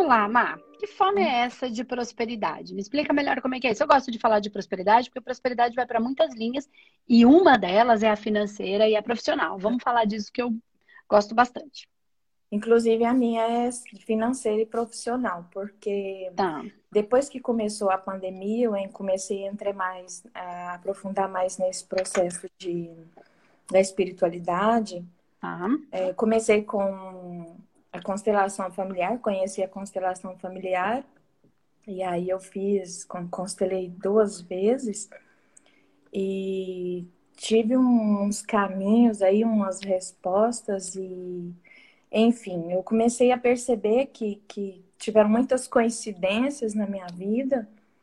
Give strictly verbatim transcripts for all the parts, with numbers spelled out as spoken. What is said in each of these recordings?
lá, Má. Que forma é essa de prosperidade? Me explica melhor como é que é isso. Eu gosto de falar de prosperidade, porque prosperidade vai para muitas linhas e uma delas é a financeira e a profissional. Vamos falar disso que eu gosto bastante. Inclusive, a minha é financeira e profissional, porque Tá. depois que começou a pandemia, eu comecei a entrar mais, a aprofundar mais nesse processo de, da espiritualidade. Tá. É, comecei com a constelação familiar, conheci a constelação familiar, e aí eu fiz, constelei duas vezes, e tive uns caminhos aí, umas respostas, e enfim, eu comecei a perceber que, que tiveram muitas coincidências na minha vida,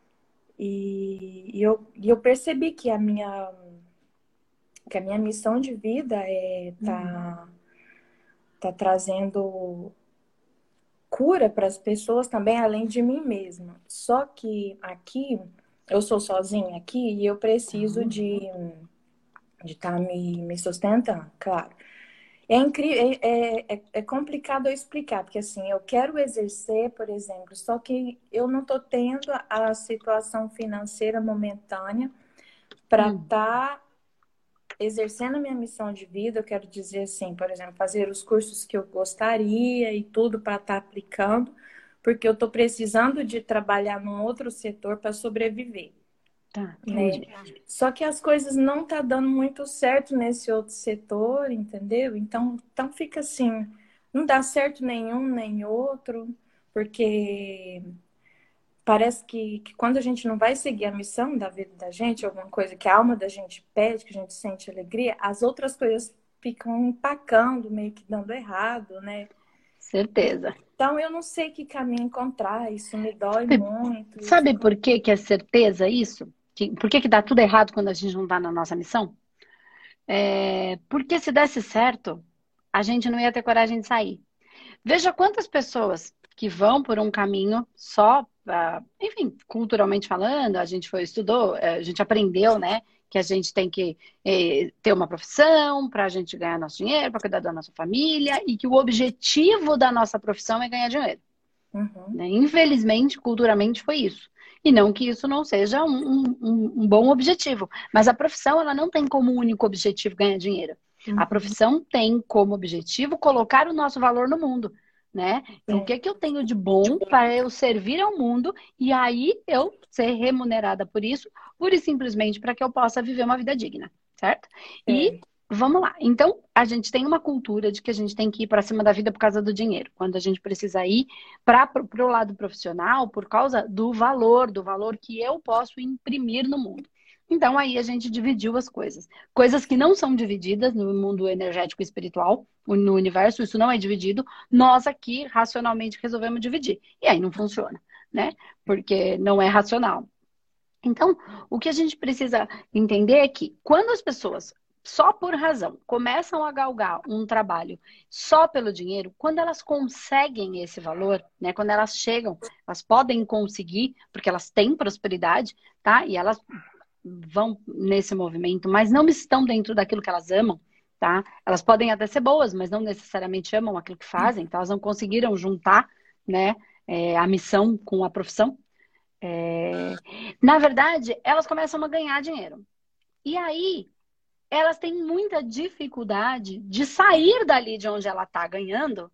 e, e, eu, e eu percebi que a minha, que a minha missão de vida é tá, tá trazendo cura para as pessoas também, além de mim mesma. Só que aqui, eu sou sozinha aqui e eu preciso de de estar me, me sustentando, claro. É, incrível, é, é, é complicado eu explicar, porque assim, eu quero exercer, por exemplo, só que eu não estou tendo a situação financeira momentânea para Hum. estar tá exercendo a minha missão de vida. Eu quero dizer assim, por exemplo, fazer os cursos que eu gostaria e tudo para estar tá aplicando, porque eu estou precisando de trabalhar num outro setor para sobreviver. Tá, Né? entendi. Só que as coisas não tá dando muito certo nesse outro setor, entendeu? Então, então fica assim, não dá certo nenhum nem outro, porque parece que, que quando a gente não vai seguir a missão da vida da gente, alguma coisa que a alma da gente pede, que a gente sente alegria, as outras coisas ficam empacando, meio que dando errado, né? Certeza. Então eu não sei que caminho encontrar, isso me dói Sabe, muito. Eu sabe fico... por que que é certeza isso? Que, por que que dá tudo errado quando a gente não tá na nossa missão? É, porque se desse certo, a gente não ia ter coragem de sair. Veja quantas pessoas que vão por um caminho só, ah, enfim, culturalmente falando, a gente foi, estudou, eh, a gente aprendeu, né, que a gente tem que eh, ter uma profissão para a gente ganhar nosso dinheiro, para cuidar da nossa família, e que o objetivo da nossa profissão é ganhar dinheiro. Uhum, Né? Infelizmente, culturalmente foi isso. E não que isso não seja um, um, um bom objetivo, mas a profissão ela não tem como único objetivo ganhar dinheiro. A uhum, profissão tem como objetivo colocar o nosso valor no mundo, né? Então, o é, que é que eu tenho de bom para eu servir ao mundo e aí eu ser remunerada por isso, pura e simplesmente para que eu possa viver uma vida digna, certo? E é. vamos lá. Então, a gente tem uma cultura de que a gente tem que ir para cima da vida por causa do dinheiro, quando a gente precisa ir para o lado profissional por causa do valor, do valor que eu posso imprimir no mundo. Então, aí a gente dividiu as coisas. Coisas que não são divididas no mundo energético e espiritual, no universo, isso não é dividido. Nós aqui, racionalmente, resolvemos dividir. E aí não funciona, né? Porque não é racional. Então, o que a gente precisa entender é que quando as pessoas, só por razão, começam a galgar um trabalho só pelo dinheiro, quando elas conseguem esse valor, né? Quando elas chegam, elas podem conseguir, porque elas têm prosperidade, tá? E elas vão nesse movimento, mas não estão dentro daquilo que elas amam, tá? Elas podem até ser boas, mas não necessariamente amam aquilo que fazem, então elas não conseguiram juntar, né, é, a missão com a profissão. É, na verdade, elas começam a ganhar dinheiro. E aí, elas têm muita dificuldade de sair dali de onde ela está ganhando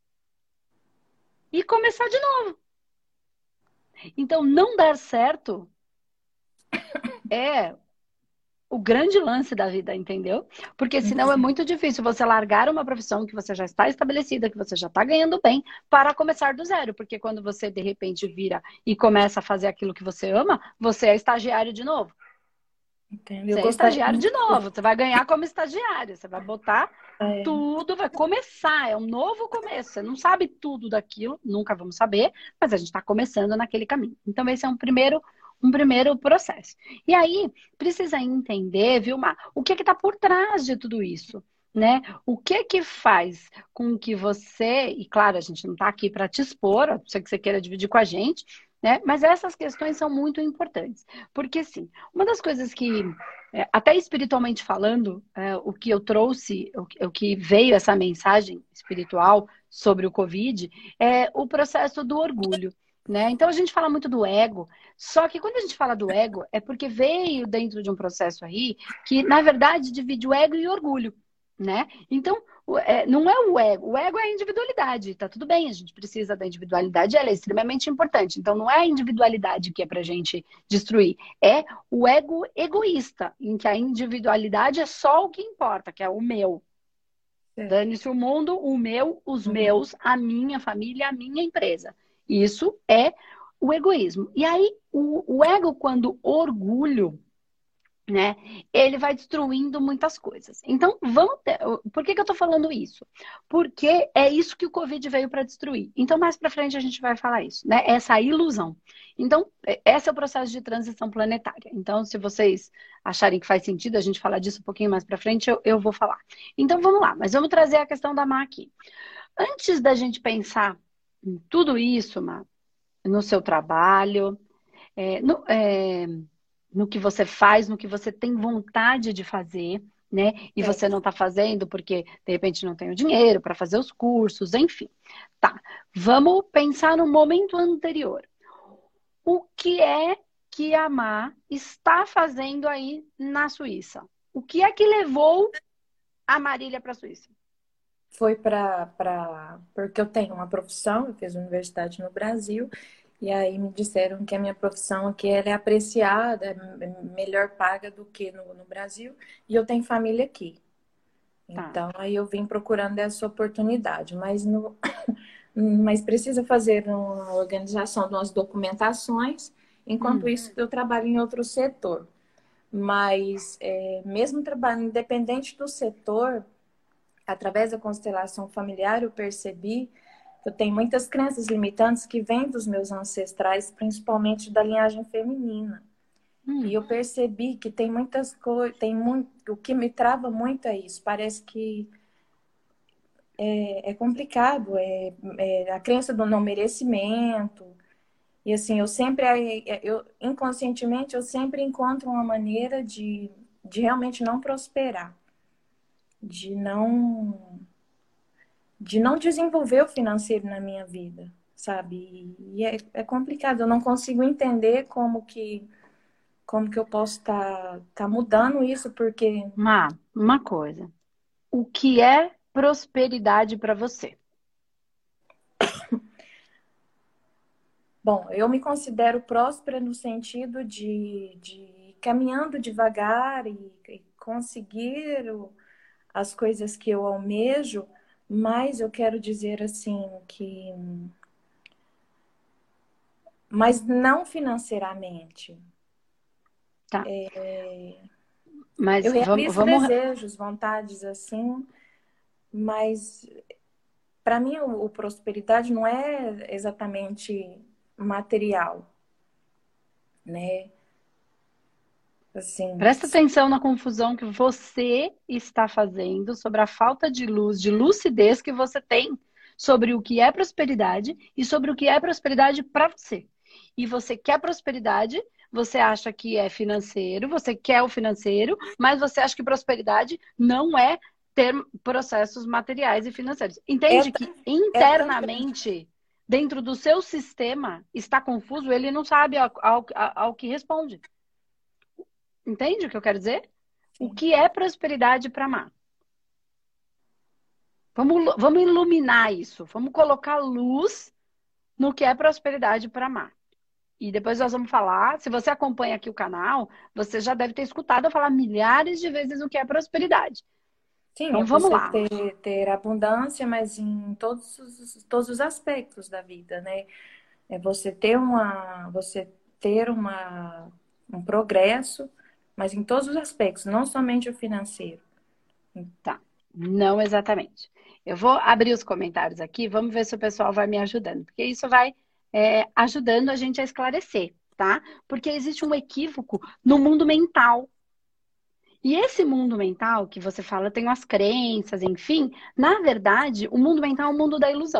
e começar de novo. Então, não dar certo é o grande lance da vida, entendeu? Porque senão é muito difícil você largar uma profissão que você já está estabelecida, que você já está ganhando bem, para começar do zero. Porque quando você, de repente, vira e começa a fazer aquilo que você ama, você é estagiário de novo. Entendeu? Eu Você é gostaria estagiário de muito. novo, você vai ganhar como estagiário, você vai botar É, tudo, vai começar, é um novo começo. Você não sabe tudo daquilo, nunca vamos saber, mas a gente está começando naquele caminho. Então, esse é um primeiro, um primeiro processo. E aí, precisa entender, viu, Mar, o que está por trás de tudo isso, né? O que que faz com que você, e claro, a gente não está aqui para te expor, a não ser que você queira dividir com a gente, né? Mas essas questões são muito importantes. Porque, sim, uma das coisas que, é, até espiritualmente falando, é, o que eu trouxe, o que, o que veio essa mensagem espiritual sobre o Covid, é o processo do orgulho. Né? Então a gente fala muito do ego, só que quando a gente fala do ego, é porque veio dentro de um processo aí que, na verdade, divide o ego e o orgulho, né? Então, é, não é o ego, o ego é a individualidade, tá tudo bem, a gente precisa da individualidade, ela é extremamente importante. Então, não é a individualidade que é pra gente destruir, é o ego egoísta, em que a individualidade é só o que importa, que é o meu. É. Dane-se o mundo, o meu, os Uhum. meus, a minha família, a minha empresa. Isso é o egoísmo. E aí, o, o ego, quando orgulho, né, ele vai destruindo muitas coisas. Então, vamos ter... Por que que eu tô falando isso? Porque é isso que o Covid veio para destruir. Então, mais para frente a gente vai falar isso, né? Essa ilusão. Então, esse é o processo de transição planetária. Então, se vocês acharem que faz sentido a gente falar disso um pouquinho mais para frente, eu, eu vou falar. Então, vamos lá. Mas vamos trazer a questão da Má aqui. Antes da gente pensar em tudo isso, Má, no seu trabalho, é, no, é, no que você faz, no que você tem vontade de fazer, né? E É. você não está fazendo porque, de repente, não tem o dinheiro para fazer os cursos, enfim. Tá, vamos pensar no momento anterior. O que é que a Má está fazendo aí na Suíça? O que é que levou a Marília para a Suíça? Foi para... Pra... Porque eu tenho uma profissão, eu fiz universidade no Brasil, e aí me disseram que a minha profissão aqui ela é apreciada, é melhor paga do que no, no Brasil, e eu tenho família aqui. Tá. Então, aí eu vim procurando essa oportunidade, mas, no... mas precisa fazer uma organização de umas documentações, enquanto Hum. isso eu trabalho em outro setor. Mas, é, mesmo trabalho independente do setor, através da constelação familiar, eu percebi que eu tenho muitas crenças limitantes que vêm dos meus ancestrais, principalmente da linhagem feminina. Hum. E eu percebi que tem muitas coisas, tem muito, o que me trava muito é isso. Parece que é, é complicado, é, é a crença do não merecimento. E assim, eu sempre, eu, inconscientemente, eu sempre encontro uma maneira de, de realmente não prosperar, de não de não desenvolver o financeiro na minha vida, sabe? E é, é complicado, eu não consigo entender como que, como que eu posso estar tá, tá mudando isso, porque... Má, uma coisa. O que é prosperidade para você? Bom, eu me considero próspera no sentido de, de ir caminhando devagar e, e conseguir o, as coisas que eu almejo, mas eu quero dizer assim que... Mas não financeiramente. Tá. É... Mas Eu vamos, realizo vamos... desejos, vontades assim, mas para mim o, o prosperidade não é exatamente material, né? Assim, Presta atenção na confusão que você está fazendo sobre a falta de luz, de lucidez que você tem sobre o que é prosperidade e sobre o que é prosperidade para você. E você quer prosperidade, você acha que é financeiro, você quer o financeiro, mas você acha que prosperidade não é ter processos materiais e financeiros. é, Entende que é também. internamente, dentro do seu sistema, está confuso, ele não sabe ao, ao, ao que responde. Entende o que eu quero dizer? O Sim. que é prosperidade para Má? Vamos, vamos iluminar isso. Vamos colocar luz no que é prosperidade para Má. E depois nós vamos falar. Se você acompanha aqui o canal, você já deve ter escutado eu falar milhares de vezes o que é prosperidade. Sim, Então é vamos você lá. ter, ter abundância, mas em todos os, todos os aspectos da vida, né? É você ter uma, você ter uma, um progresso, mas em todos os aspectos, não somente o financeiro. Tá. Não exatamente. Eu vou abrir os comentários aqui, vamos ver se o pessoal vai me ajudando, porque isso vai é, ajudando a gente a esclarecer, tá? Porque existe um equívoco no mundo mental. E esse mundo mental que você fala tem umas crenças, enfim, na verdade, o mundo mental é o mundo da ilusão.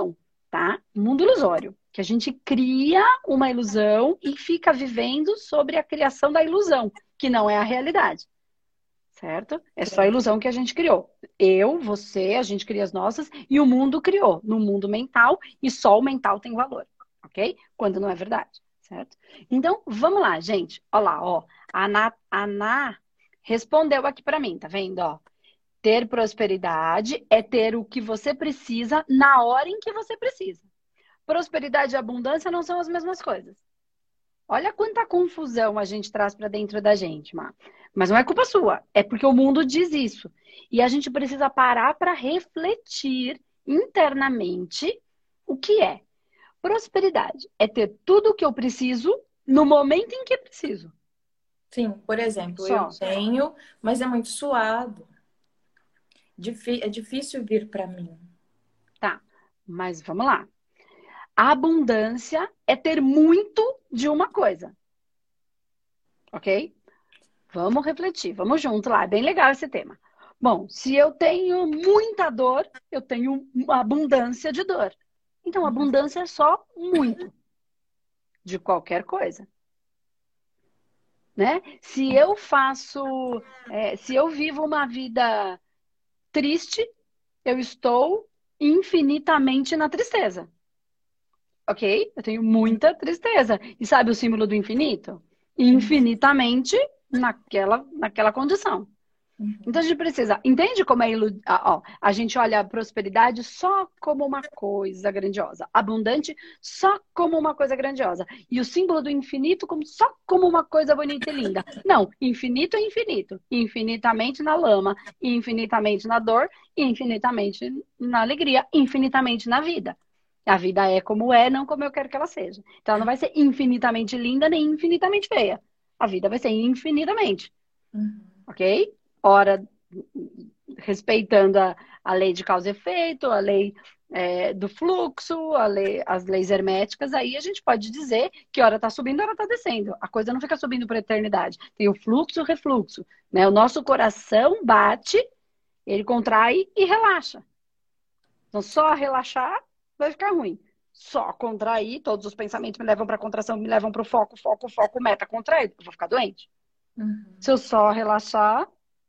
tá? Mundo ilusório, que a gente cria uma ilusão e fica vivendo sobre a criação da ilusão, que não é a realidade, certo? É só a Certo. ilusão que a gente criou. Eu, você, a gente cria as nossas e o mundo criou, no mundo mental, e só o mental tem valor, ok? Quando não é verdade, certo? Então, vamos lá, gente. Olha lá, ó. A Ana, a Ana respondeu aqui para mim, tá vendo, ó? Ter prosperidade é ter o que você precisa na hora em que você precisa. Prosperidade e abundância não são as mesmas coisas. Olha quanta confusão a gente traz para dentro da gente, Má. Mas não é culpa sua, é porque o mundo diz isso. E a gente precisa parar para refletir internamente o que é. Prosperidade é ter tudo o que eu preciso no momento em que preciso. Sim, por exemplo, eu Só. tenho, mas é muito suado. Difí- É difícil vir para mim. Tá, mas vamos lá. A abundância é ter muito de uma coisa, ok? Vamos refletir, vamos junto lá, é bem legal esse tema. Bom, se eu tenho muita dor, eu tenho uma abundância de dor. Então, abundância é só muito de qualquer coisa, né? Se eu faço, é, se eu vivo uma vida triste, eu estou infinitamente na tristeza, ok? Eu tenho muita tristeza. E sabe o símbolo do infinito? Infinitamente naquela, naquela condição. Então a gente precisa, entende como é ilu... ah, ó, a gente olha a prosperidade só como uma coisa grandiosa, abundante só como uma coisa grandiosa, e o símbolo do infinito como só como uma coisa bonita e linda. Não, infinito é infinito, infinitamente na lama, infinitamente na dor, infinitamente na alegria, infinitamente na vida. A vida é como é, não como eu quero que ela seja. Então ela não vai ser infinitamente linda nem infinitamente feia. A vida vai ser infinitamente, Uhum. ok? Ora, respeitando a, a lei de causa e efeito, a lei é, do fluxo, a lei, as leis herméticas, aí a gente pode dizer que hora está subindo, hora está descendo. A coisa não fica subindo para a eternidade. Tem o fluxo e o refluxo, né? O nosso coração bate, ele contrai e relaxa. Então, só relaxar vai ficar ruim. Só contrair, todos os pensamentos me levam para a contração, me levam para o foco, foco, foco, meta, contrair. Eu vou ficar doente. Uhum. Se eu só relaxar,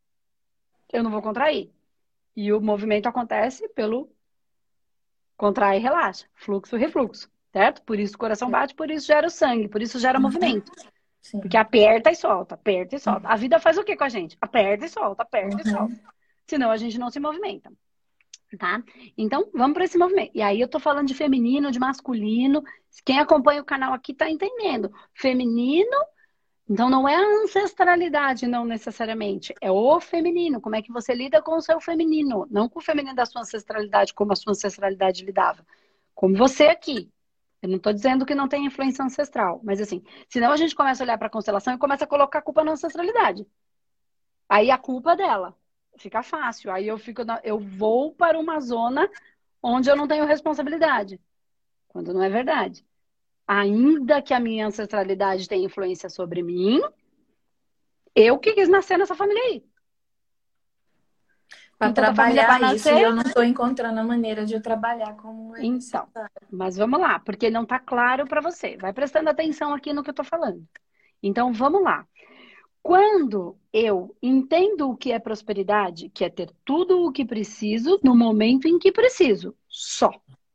eu não vou contrair. E o movimento acontece pelo contrai e relaxa, fluxo e refluxo, certo? Por isso o coração bate, por isso gera o sangue, por isso gera movimento. Porque Sim. aperta e solta, aperta e solta. A vida faz o que com a gente? Aperta e solta, aperta e solta. Uhum. Senão a gente não se movimenta, tá? Então, vamos para esse movimento. E aí eu tô falando de feminino, de masculino. Quem acompanha o canal aqui tá entendendo. Feminino. Então, não é a ancestralidade, não necessariamente. É o feminino. Como é que você lida com o seu feminino? Não com o feminino da sua ancestralidade, como a sua ancestralidade lidava. Como você aqui. Eu não estou dizendo que não tem influência ancestral. Mas, assim, senão a gente começa a olhar para a constelação e começa a colocar a culpa na ancestralidade. Aí a culpa é dela. Fica fácil. Aí eu, fico na... eu vou para uma zona onde eu não tenho responsabilidade. Quando não é verdade. Ainda que a minha ancestralidade tenha influência sobre mim, eu que quis nascer nessa família aí. Para Então, da família para trabalhar isso, e nascer, eu não estou encontrando a maneira de eu trabalhar como é então. necessário. Mas vamos lá, porque não está claro para você. Vai prestando atenção aqui no que eu estou falando. Então, vamos lá. Quando eu entendo o que é prosperidade, que é ter tudo o que preciso no momento em que preciso, só.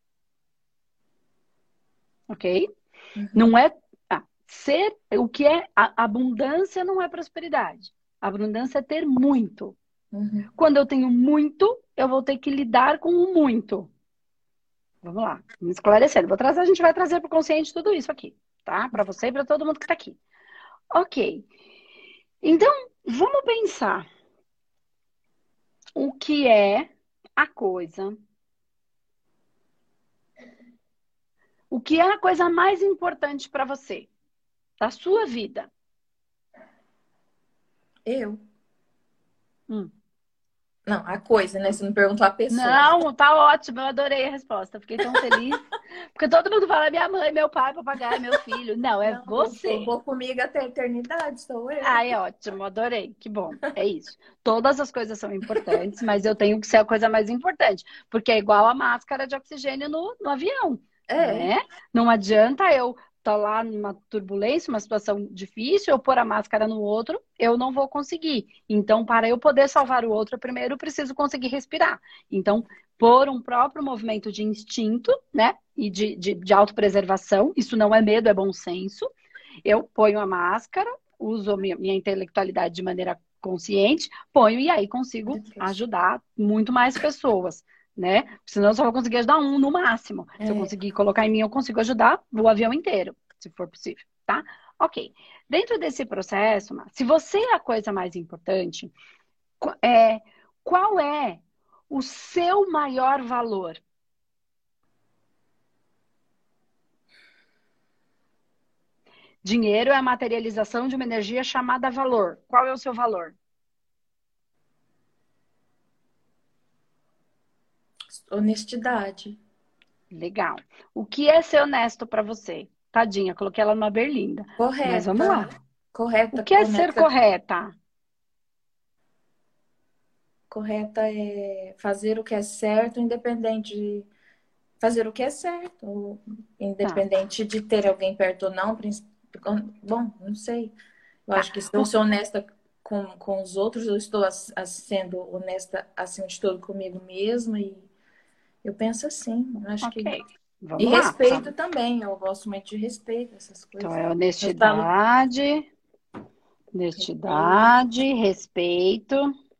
Ok? Uhum. Não é ah, ser o que é a abundância não é prosperidade. A abundância é ter muito. Uhum. Quando eu tenho muito, eu vou ter que lidar com o muito. Vamos lá, me esclarecendo. Vou trazer, a gente vai trazer para o consciente tudo isso aqui, tá? Para você e para todo mundo que está aqui. Ok. Então, vamos pensar o que é a coisa. O que é a coisa mais importante para você, da sua vida? Eu. Hum. Não, a coisa, né? Você não perguntou a pessoa. Não, tá ótimo, eu adorei a resposta. Fiquei tão feliz. Porque todo mundo fala minha mãe, meu pai, papagaio, meu filho. Não, é Não, eu, eu você. vou comigo até a eternidade, sou eu. Ai, ótimo, adorei. Que bom. É isso. Todas as coisas são importantes, mas eu tenho que ser a coisa mais importante. Porque é igual a máscara de oxigênio no, no avião, É, né? Não adianta eu estar lá numa turbulência, uma situação difícil, eu pôr a máscara no outro, eu não vou conseguir. Então, para eu poder salvar o outro, primeiro eu preciso conseguir respirar. Então, por um próprio movimento de instinto, né? E de, de, de autopreservação, isso não é medo, é bom senso. Eu ponho a máscara, uso minha, minha intelectualidade de maneira consciente, ponho e aí consigo ajudar muito mais pessoas, né? Senão eu só vou conseguir ajudar um no máximo. Se eu é. conseguir colocar em mim, eu consigo ajudar o avião inteiro, se for possível, tá? Ok. Dentro desse processo, Mar, se você é a coisa mais importante, qu- é, qual é o seu maior valor? Dinheiro é a materialização de uma energia chamada valor. Qual é o seu valor? Honestidade. Legal. O que é ser honesto para você? Tadinha, coloquei ela numa berlinda. Mas vamos Correta. lá. O Correta, que é ser honesta. correta? Correta é fazer o que é certo, independente de fazer o que é certo, Tá, independente de ter alguém perto ou não. princi- Bom, não sei. Eu tá. acho que se eu O- sou honesta com, com os outros, eu estou as- as- sendo honesta acima de tudo comigo mesma e eu penso assim. Eu acho Ok, que e vamos lá. respeito Então, também. Eu gosto muito de respeito, essas então coisas. é Eu falo honestidade, respeito. honestidade, respeito,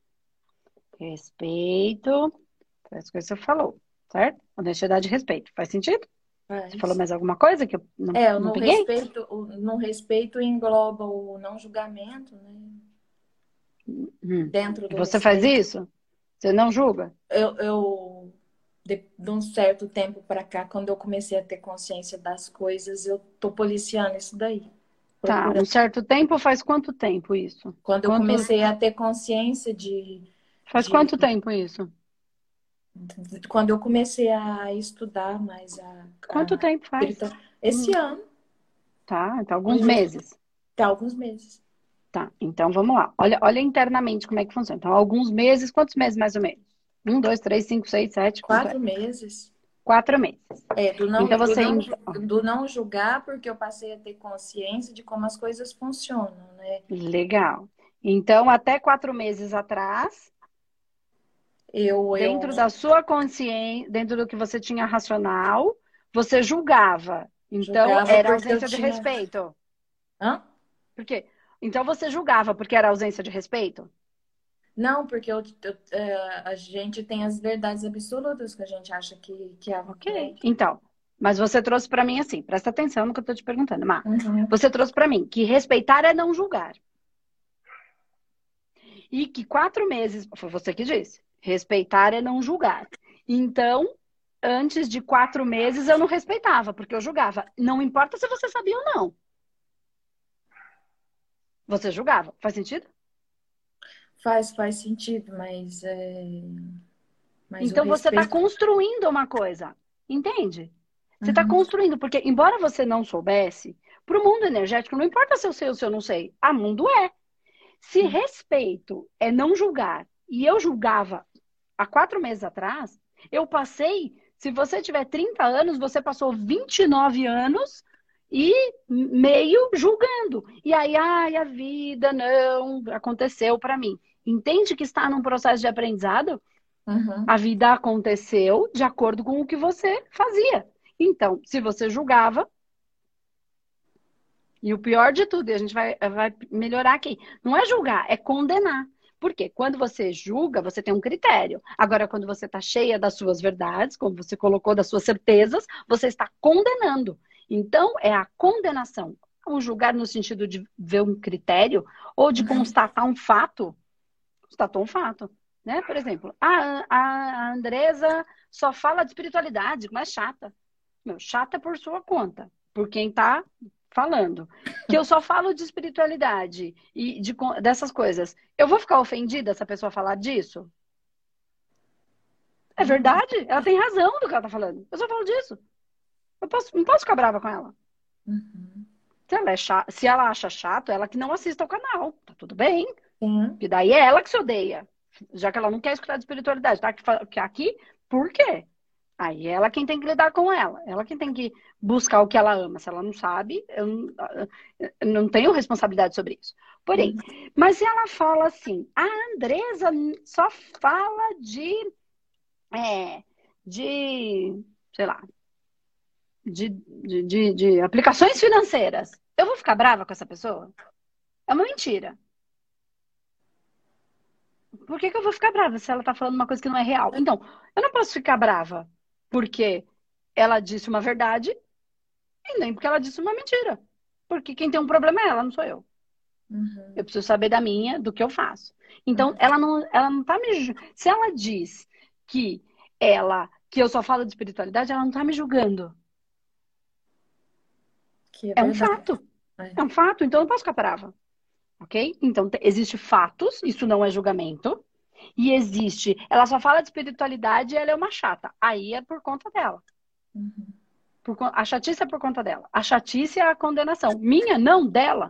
respeito. As coisas que você falou, certo? Honestidade e respeito. Faz sentido? Você falou Faz. mais alguma coisa que eu não, É, não no peguei? respeito, o- no respeito engloba o não julgamento, né? Hum. Dentro E do você faz respeito. isso? Você não julga? Eu, eu de, de um certo tempo para cá, quando eu comecei a ter consciência das coisas, eu tô policiando isso daí. Tá, um Procurando. certo tempo faz quanto tempo isso? Quando eu Quanto, comecei a ter consciência de, faz de, quanto tempo isso? de- quando eu comecei a estudar mais a, Quanto a tempo faz? espírita, esse Hum, ano, tá, então alguns hoje meses. tá alguns meses. Tá, então vamos lá. Olha, olha internamente como é que funciona. Então, alguns meses, quantos meses mais ou menos? Um, dois, três, cinco, seis, sete, quanto é? Quatro meses. Quatro meses. É, do Então não, do você. não, en- ó, do não julgar, porque eu passei a ter consciência de como as coisas funcionam, né? legal. Então, até quatro meses atrás, Eu, eu dentro da sua consciência, dentro do que você tinha racional, você julgava. Então, julgava era porque eu ausência de tinha. respeito. Hã? Por quê? Então você julgava porque era ausência de respeito? Não, porque eu, eu, é, a gente tem as verdades absolutas que a gente acha que, que é, né? Ok. Então, mas você trouxe para mim assim, presta atenção no que eu tô te perguntando, Má. Uhum. Você trouxe para mim que respeitar é não julgar. E que quatro meses, foi você que disse, respeitar é não julgar. Então, antes de quatro meses eu não respeitava, porque eu julgava. Não importa se você sabia ou não. Você julgava. Faz sentido? Faz, faz sentido, mas, é, mas o Então você está respeito. construindo uma coisa. Entende? Você está Uhum. construindo, porque embora você não soubesse, para o mundo energético, não importa se eu sei ou se eu não sei, a mundo é. Se respeito é não julgar, e eu julgava há quatro meses atrás, eu passei, se você tiver trinta anos, você passou vinte e nove anos e meio julgando. E aí, ai, a vida não aconteceu para mim. Entende que está num processo de aprendizado? A Uhum. vida aconteceu de acordo com o que você fazia. Então, se você julgava, e o pior de tudo, e a gente vai, vai melhorar aqui, não é julgar, é condenar. Por quê? Quando você julga, você tem um critério. Agora, quando você está cheia das suas verdades, como você colocou, das suas certezas, você está condenando. Então, é a condenação. O julgar no sentido de ver um critério ou de Uhum. constatar um fato, constatou um fato. Né? Por exemplo, a, a Andresa só fala de espiritualidade, mas chata. Meu, chata por sua conta, por quem tá falando. Que eu só falo de espiritualidade e de, dessas coisas. Eu vou ficar ofendida se a pessoa falar disso? É verdade, ela tem razão do que ela tá falando. Eu só falo disso. Eu posso, não posso ficar brava com ela. Uhum. Se ela, é cha- se ela acha chato, ela que não assista ao canal. Tá tudo bem. Sim. E daí é ela que se odeia. Já que ela não quer escutar de espiritualidade. Tá aqui, fa- que aqui, por quê? Aí ela quem tem que lidar com ela. Ela quem tem que buscar o que ela ama. Se ela não sabe, eu não, eu não tenho responsabilidade sobre isso. Porém, Uhum. mas se ela fala assim, a Andresa só fala de, é, de, sei lá, de, de, de, de aplicações financeiras. Eu vou ficar brava com essa pessoa? É uma mentira. Por que que eu vou ficar brava se ela tá falando uma coisa que não é real? Então, eu não posso ficar brava porque ela disse uma verdade e nem porque ela disse uma mentira. Porque quem tem um problema é ela, não sou eu. Eu Uhum. preciso saber da minha, do que eu faço. Então, Uhum. ela não, ela não tá me. ju- Se ela diz que ela, que eu só falo de espiritualidade, ela não tá me julgando. Que é É um verdade. fato. É. É um fato, então eu não posso ficar brava. Ok? Então, te- existe fatos, isso não é julgamento. E existe, ela só fala de espiritualidade e ela é uma chata. Aí é por conta dela. Uhum. Por con- a chatice é por conta dela. A chatice é a condenação. Minha, não, dela.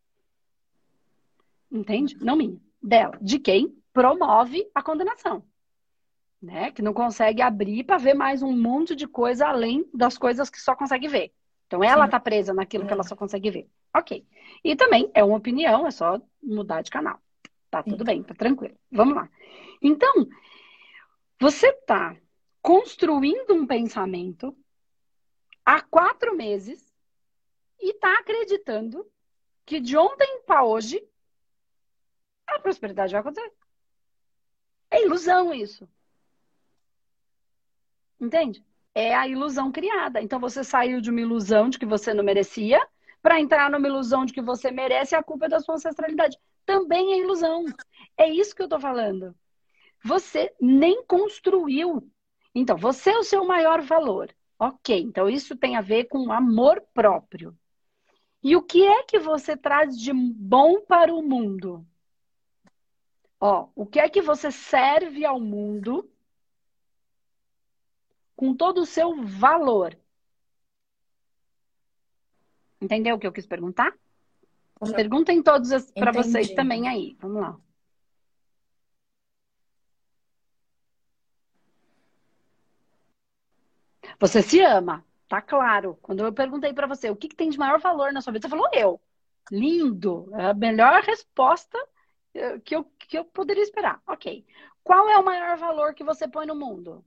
Entende? Não minha. Dela. De quem promove a condenação. Né? Que não consegue abrir para ver mais um monte de coisa além das coisas que só consegue ver. Então ela Sim. tá presa naquilo que ela É. só consegue ver. Ok. E também é uma opinião, é só mudar de canal. Tá Sim. tudo bem, tá tranquilo. Vamos lá. Então, você tá construindo um pensamento há quatro meses e tá acreditando que de ontem para hoje a prosperidade vai acontecer. É ilusão isso. Entende? É a ilusão criada. Então você saiu de uma ilusão de que você não merecia para entrar numa ilusão de que você merece e a culpa é da sua ancestralidade. Também é ilusão. É isso que eu tô falando. Você nem construiu. Então, você é o seu maior valor. Ok, então isso tem a ver com amor próprio. E o que é que você traz de bom para o mundo? Ó, o que é que você serve ao mundo com todo o seu valor? Entendeu o que eu quis perguntar? Perguntem todos para vocês Entendi. também aí. Vamos lá. Você se ama, tá claro. Quando eu perguntei para você o que, que tem de maior valor na sua vida, você falou eu. Lindo. É a melhor resposta eh, que eu, que eu poderia esperar. Ok. Qual é o maior valor que você põe no mundo?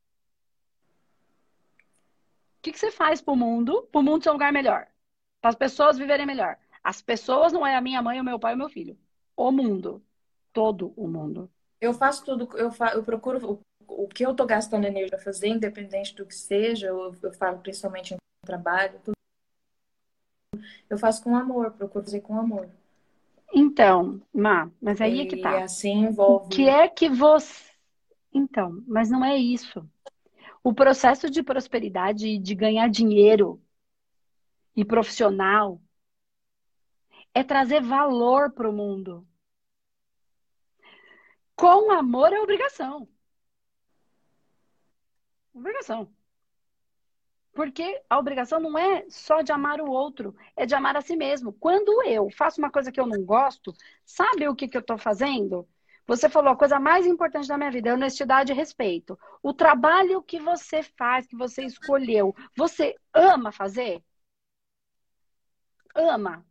O que, que você faz para o mundo, para o mundo ser um lugar melhor? Para as pessoas viverem melhor. As pessoas não é a minha mãe, o meu pai e o meu filho. O mundo. Todo o mundo. Eu faço tudo, eu, fa, eu procuro o, o que eu tô gastando energia para fazer, independente do que seja, eu, eu falo principalmente em trabalho, tudo, eu faço com amor, procuro fazer com amor. Então, Má, mas aí é que E tá. assim O que envolve. é que você. Então, mas não é isso. O processo de prosperidade e de ganhar dinheiro e profissional é trazer valor para o mundo. Com amor é obrigação. Obrigação. Porque a obrigação não é só de amar o outro, é de amar a si mesmo. Quando eu faço uma coisa que eu não gosto, sabe o que, que eu estou fazendo? Você falou a coisa mais importante da minha vida, é honestidade e respeito. O trabalho que você faz, que você escolheu, você ama fazer? Ama.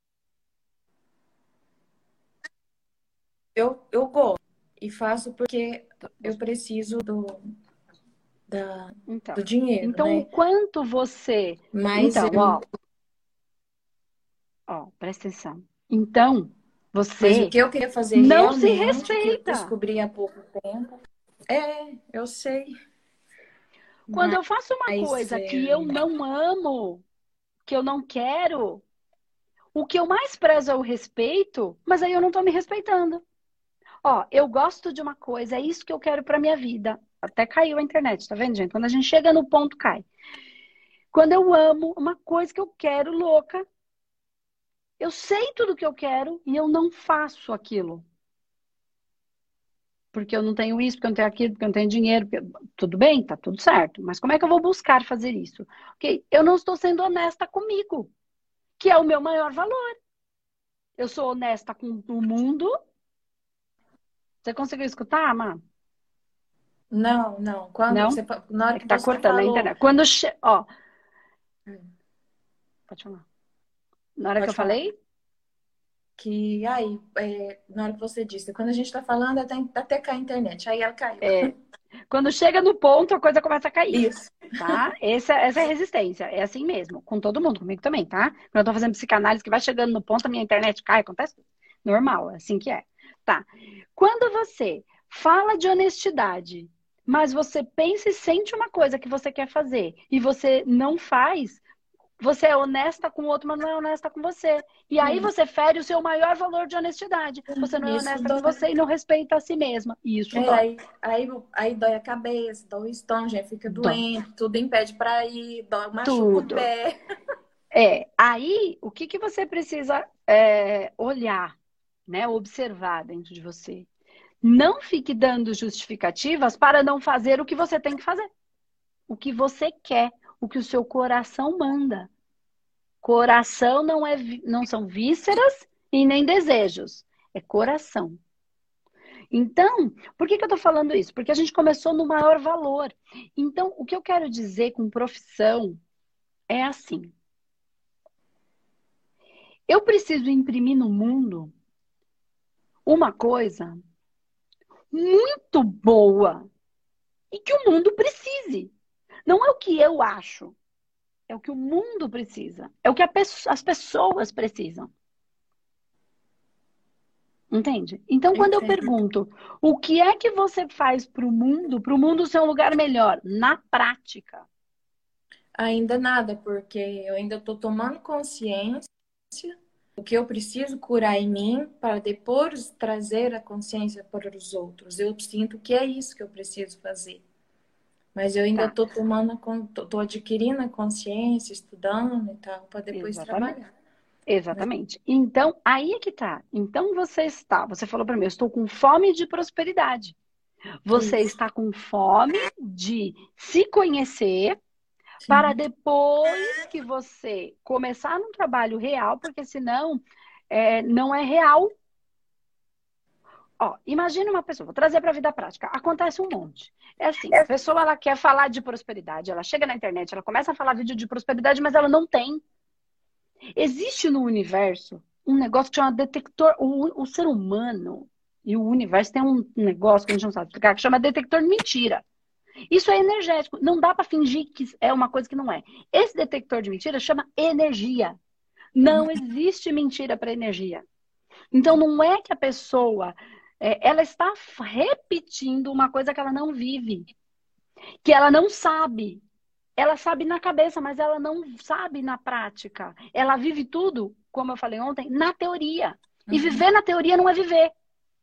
Eu, eu gosto e faço porque eu preciso do, da, Então, do dinheiro, então o né? quanto você. Mas Então, ó, eu, ó, presta atenção. Então, mas o você que eu queria fazer não se realmente, que eu respeita. descobri há pouco tempo, é, eu sei, Quando eu faço uma mas coisa é, que eu não amo, que eu não quero, o que eu mais prezo é o respeito, mas aí eu não tô me respeitando. Ó, eu gosto de uma coisa, é isso que eu quero pra minha vida. Até caiu a internet, tá vendo, gente? Quando a gente chega no ponto, cai. Quando eu amo uma coisa que eu quero, louca, eu sei tudo que eu quero e eu não faço aquilo. porque eu não tenho isso, porque eu não tenho aquilo, porque eu não tenho dinheiro. Porque... Tudo bem, tá tudo certo. Mas como é que eu vou buscar fazer isso? Ok, eu não estou sendo honesta comigo, que é o meu maior valor. Eu sou honesta com o mundo. Você conseguiu escutar, Má? Não, não. Quando Não? você, na hora É que que tá você cortando a falou, internet. Quando che... Ó, hum, pode falar. Na hora que eu pode falar. falei, Que aí, é, na hora que você disse, quando a gente tá falando, até, até cai a internet. Aí ela caiu. é, quando chega no ponto, a coisa começa a cair. Isso. Tá? Essa, essa é a resistência. É assim mesmo. Com todo mundo, comigo também, tá? Quando eu tô fazendo psicanálise, que vai chegando no ponto, a minha internet cai, acontece tudo. Normal, é assim que é. Tá. Quando você fala de honestidade, mas você pensa e sente uma coisa que você quer fazer e você não faz, você é honesta com o outro, mas não é honesta com você. E aí Sim, você fere o seu maior valor de honestidade. Você não é isso honesta com dói. você e não respeita a si mesma. E isso É, dói. aí, aí, aí dói a cabeça, dói o estômago, já fica Dói. doente, tudo impede pra ir, dói, machuca o Tudo. pé. É, aí o que que você precisa é, olhar, né? Observar dentro de você. Não fique dando justificativas para não fazer o que você tem que fazer. O que você quer, o que o seu coração manda. Coração não, é, não são vísceras e nem desejos. É coração. Então, por que que eu tô falando isso? Porque a gente começou no maior valor. Então, o que eu quero dizer com profissão é assim. Eu preciso imprimir no mundo uma coisa muito boa e que o mundo precise. Não é o que eu acho, é o que o mundo precisa, é o que pe as pessoas precisam. Entende? Então, quando eu Entendo. pergunto o que é que você faz para o mundo, para o mundo ser um lugar melhor, na prática. Ainda nada, porque eu ainda estou tomando consciência do que eu preciso curar em mim para depois trazer a consciência para os outros. Eu sinto que é isso que eu preciso fazer. Mas eu ainda Tá, estou tomando, estou adquirindo a consciência, estudando e tal, para depois exatamente. trabalhar. Exatamente. Então, aí é que tá. Então você está, você falou para mim, eu estou com fome de prosperidade. Você Isso, está com fome de se conhecer para sim. depois que você começar num trabalho real, porque senão é, não é real. Ó, imagina uma pessoa, vou trazer para a vida prática. Acontece um monte. É assim, a pessoa ela quer falar de prosperidade, ela chega na internet, ela começa a falar vídeo de prosperidade, mas ela não tem. Existe no universo um negócio que chama detector. O, o ser humano e o universo tem um negócio que a gente não sabe explicar, que chama detector de mentira. Isso é energético. Não dá para fingir que é uma coisa que não é. Esse detector de mentira chama energia. Não existe mentira para energia. Então não é que a pessoa é, ela está repetindo uma coisa que ela não vive, que ela não sabe. Ela sabe na cabeça, mas ela não sabe na prática. Ela vive tudo, como eu falei ontem, na teoria. E Uhum. viver na teoria não é viver.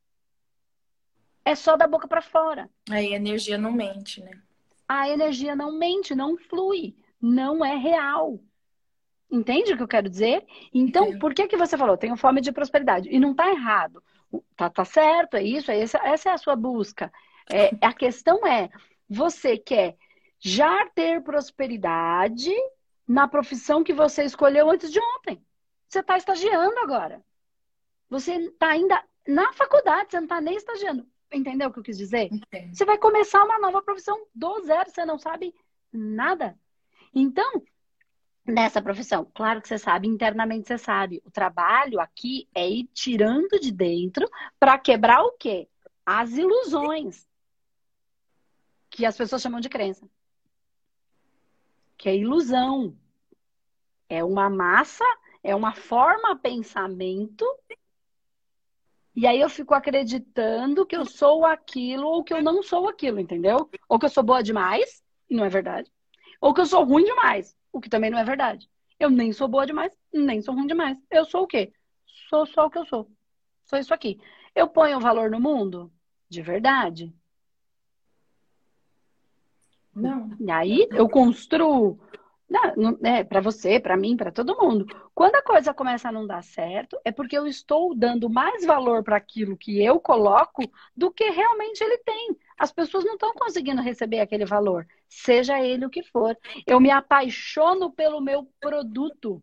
É só da boca para fora. Aí a energia não mente, né? A energia não mente, não flui, não é real. Entende o que eu quero dizer? Então, Entendo. por que que você falou, tenho fome de prosperidade? E não está errado. Tá, tá certo, é isso, é essa, essa é a sua busca. É, a questão é, você quer já ter prosperidade na profissão que você escolheu antes de ontem. Você está estagiando agora. Você está ainda na faculdade, você não está nem estagiando. Entendeu o que eu quis dizer? Entendo. Você vai começar uma nova profissão do zero, você não sabe nada. Então, nessa profissão, claro que você sabe, internamente você sabe. O trabalho aqui é ir tirando de dentro para quebrar o quê? As ilusões, que as pessoas chamam de crença. Que é ilusão. É uma massa, é uma forma pensamento. E aí eu fico acreditando que eu sou aquilo ou que eu não sou aquilo, entendeu? Ou que eu sou boa demais, e não é verdade. Ou que eu sou ruim demais, o que também não é verdade. Eu nem sou boa demais, nem sou ruim demais. Eu sou o quê? Sou só o que eu sou. Sou isso aqui. Eu ponho valor no mundo? De verdade. Não. E aí eu construo. Não, não, é para você, para mim, para todo mundo. Quando a coisa começa a não dar certo, é porque eu estou dando mais valor para aquilo que eu coloco do que realmente ele tem. As pessoas não estão conseguindo receber aquele valor, seja ele o que for. Eu me apaixono pelo meu produto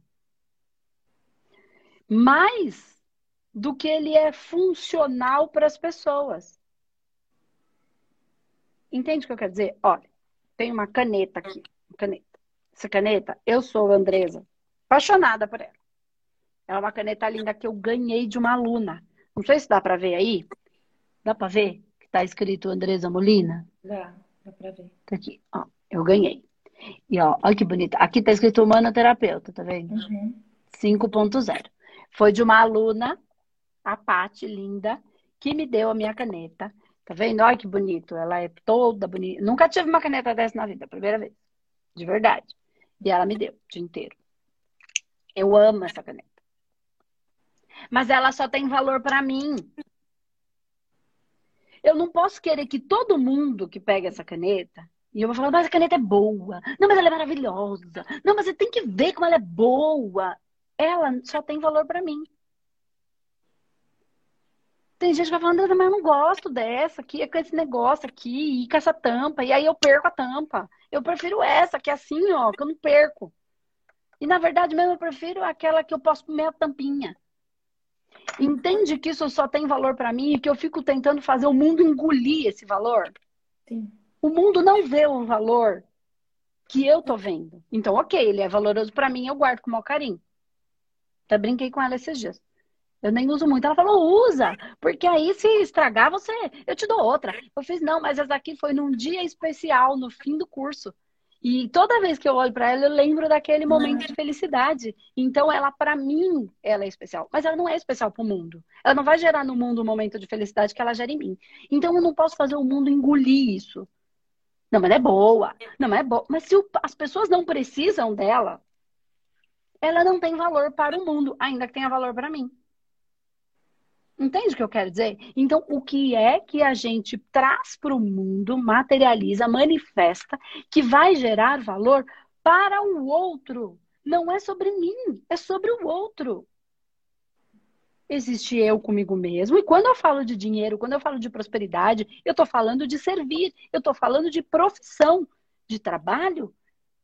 mais do que ele é funcional para as pessoas. Entende o que eu quero dizer? Olha, tem uma caneta aqui, uma caneta. Essa caneta, eu sou Andresa, apaixonada por ela. Ela é uma caneta linda que eu ganhei de uma aluna. Não sei se dá para ver aí. Dá para ver que tá escrito Andresa Molina? Dá, dá pra ver. Tá aqui, ó. Eu ganhei. E ó, olha que bonita. Aqui tá escrito humanoterapeuta, tá vendo? Uhum. cinco ponto zero. Foi de uma aluna, a Paty, linda, que me deu a minha caneta. Tá vendo? Olha que bonito. Ela é toda bonita. Nunca tive uma caneta dessa na vida, primeira vez. De verdade. E ela me deu o dia inteiro. Eu amo essa caneta. Mas ela só tem valor para mim. Eu não posso querer que todo mundo que pega essa caneta, e eu vou falar, mas a caneta é boa. Não, mas ela é maravilhosa. Não, mas você tem que ver como ela é boa. Ela só tem valor para mim. Tem gente que vai falando, mas eu não gosto dessa aqui, é com esse negócio aqui, e com essa tampa, e aí eu perco a tampa. Eu prefiro essa, que é assim, ó, que eu não perco. E na verdade mesmo eu prefiro aquela que eu posso comer a tampinha. Entende que isso só tem valor para mim e que eu fico tentando fazer o mundo engolir esse valor? Sim. O mundo não vê o valor que eu tô vendo. Então, ok, ele é valoroso para mim, eu guardo com o maior carinho. Até brinquei com ela esses dias. Eu nem uso muito. Ela falou, usa, porque aí se estragar, você, eu te dou outra. Eu fiz, não, mas essa aqui foi num dia especial, no fim do curso. E toda vez que eu olho para ela, eu lembro daquele momento de felicidade. Então, ela, para mim, ela é especial. Mas ela não é especial para o mundo. Ela não vai gerar no mundo um momento de felicidade que ela gera em mim. Então, eu não posso fazer o mundo engolir isso. Não, mas ela é boa. Não, mas é boa. Mas se o, as pessoas não precisam dela, ela não tem valor para o mundo, ainda que tenha valor para mim. Entende o que eu quero dizer? Então, o que é que a gente traz para o mundo, materializa, manifesta, que vai gerar valor para o outro? Não é sobre mim, é sobre o outro. Existe eu comigo mesmo. E quando eu falo de dinheiro, quando eu falo de prosperidade, eu estou falando de servir, eu estou falando de profissão, de trabalho.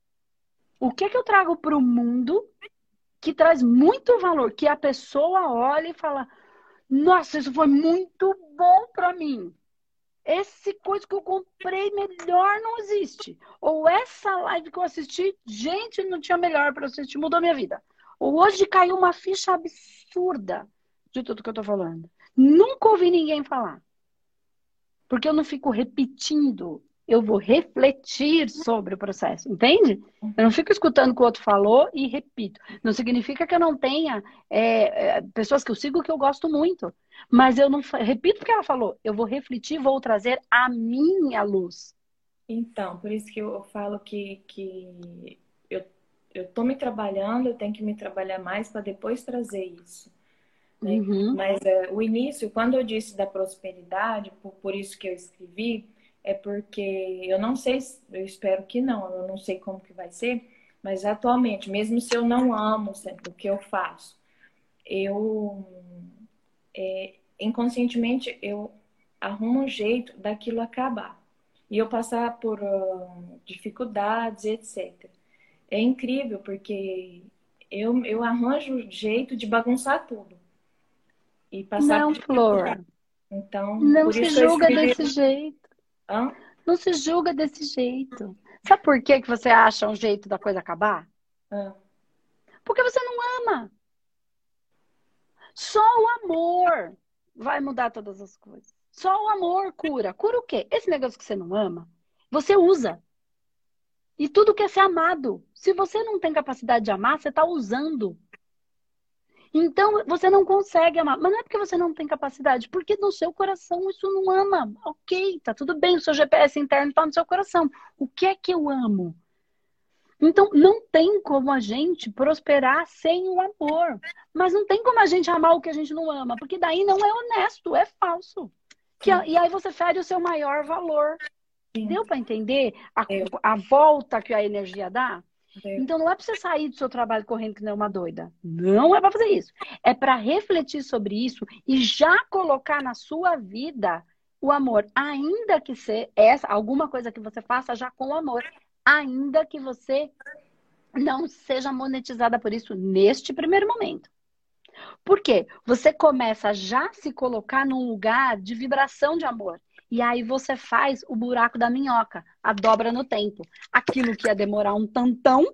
O que é que eu trago para o mundo que traz muito valor, que a pessoa olha e fala... Nossa, isso foi muito bom para mim. Esse coisa que eu comprei melhor não existe. Ou essa live que eu assisti, gente, não tinha melhor para assistir, mudou minha vida. Ou hoje caiu uma ficha absurda de tudo que eu tô falando. Nunca ouvi ninguém falar. Porque eu não fico repetindo. Eu vou refletir sobre o processo, entende? Eu não fico escutando o que o outro falou e repito. Não significa que eu não tenha é, é, pessoas que eu sigo que eu gosto muito. Mas eu não repito o que ela falou. Eu vou refletir, vou trazer a minha luz. Então, por isso que eu falo que, que eu, eu tô me trabalhando, eu tenho que me trabalhar mais para depois trazer isso. Né? Uhum. Mas é, o início, quando eu disse da prosperidade, por, por isso que eu escrevi, é porque eu não sei, eu espero que não, eu não sei como que vai ser, mas atualmente, mesmo se eu não amo sempre o que eu faço, eu é, inconscientemente eu arrumo um jeito daquilo acabar e eu passar por uh, dificuldades, etcétera. É incrível porque eu, eu arranjo um jeito de bagunçar tudo e passar Não, por dificuldade. Flor. Então, Não por se isso que eu julga escrevi. desse jeito. Hã? Não se julga desse jeito. Sabe por que que você acha um jeito da coisa acabar? Hã? Porque você não ama. Só o amor vai mudar todas as coisas. Só o amor cura. Cura o quê? Esse negócio que você não ama, você usa. E tudo quer ser amado. Se você não tem capacidade de amar, você está usando. Então, você não consegue amar. Mas não é porque você não tem capacidade, porque no seu coração isso não ama. Ok, tá tudo bem, o seu G P S interno está no seu coração. O que é que eu amo? Então, não tem como a gente prosperar sem o amor. Mas não tem como a gente amar o que a gente não ama, porque daí não é honesto, é falso. Que, e aí você fere o seu maior valor. Sim. Deu para entender a, Eu. a volta que a energia dá? É. Então não é para você sair do seu trabalho correndo que nem uma doida. Não é para fazer isso. É para refletir sobre isso e já colocar na sua vida o amor, ainda que seja essa alguma coisa que você faça já com amor, ainda que você não seja monetizada por isso neste primeiro momento. Por quê? Você começa já a se colocar num lugar de vibração de amor. E aí você faz o buraco da minhoca, a dobra no tempo. Aquilo que ia demorar um tantão,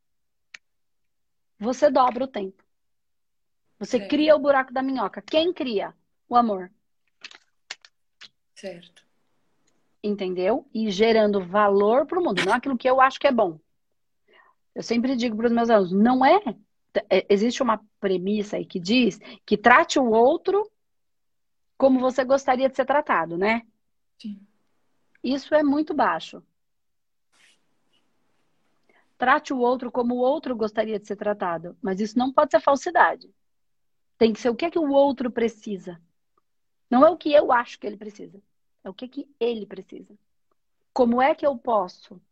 você dobra o tempo. Você Certo. cria o buraco da minhoca. Quem cria? O amor. Certo. Entendeu? E gerando valor para o mundo. Não aquilo que eu acho que é bom. Eu sempre digo para os meus alunos, não é... Existe uma premissa aí que diz que trate o outro como você gostaria de ser tratado, né? Sim. Isso é muito baixo. Trate o outro como o outro gostaria de ser tratado. Mas isso não pode ser falsidade. Tem que ser o que é que o outro precisa. Não é o que eu acho que ele precisa. É o que é que ele precisa. Como é que eu posso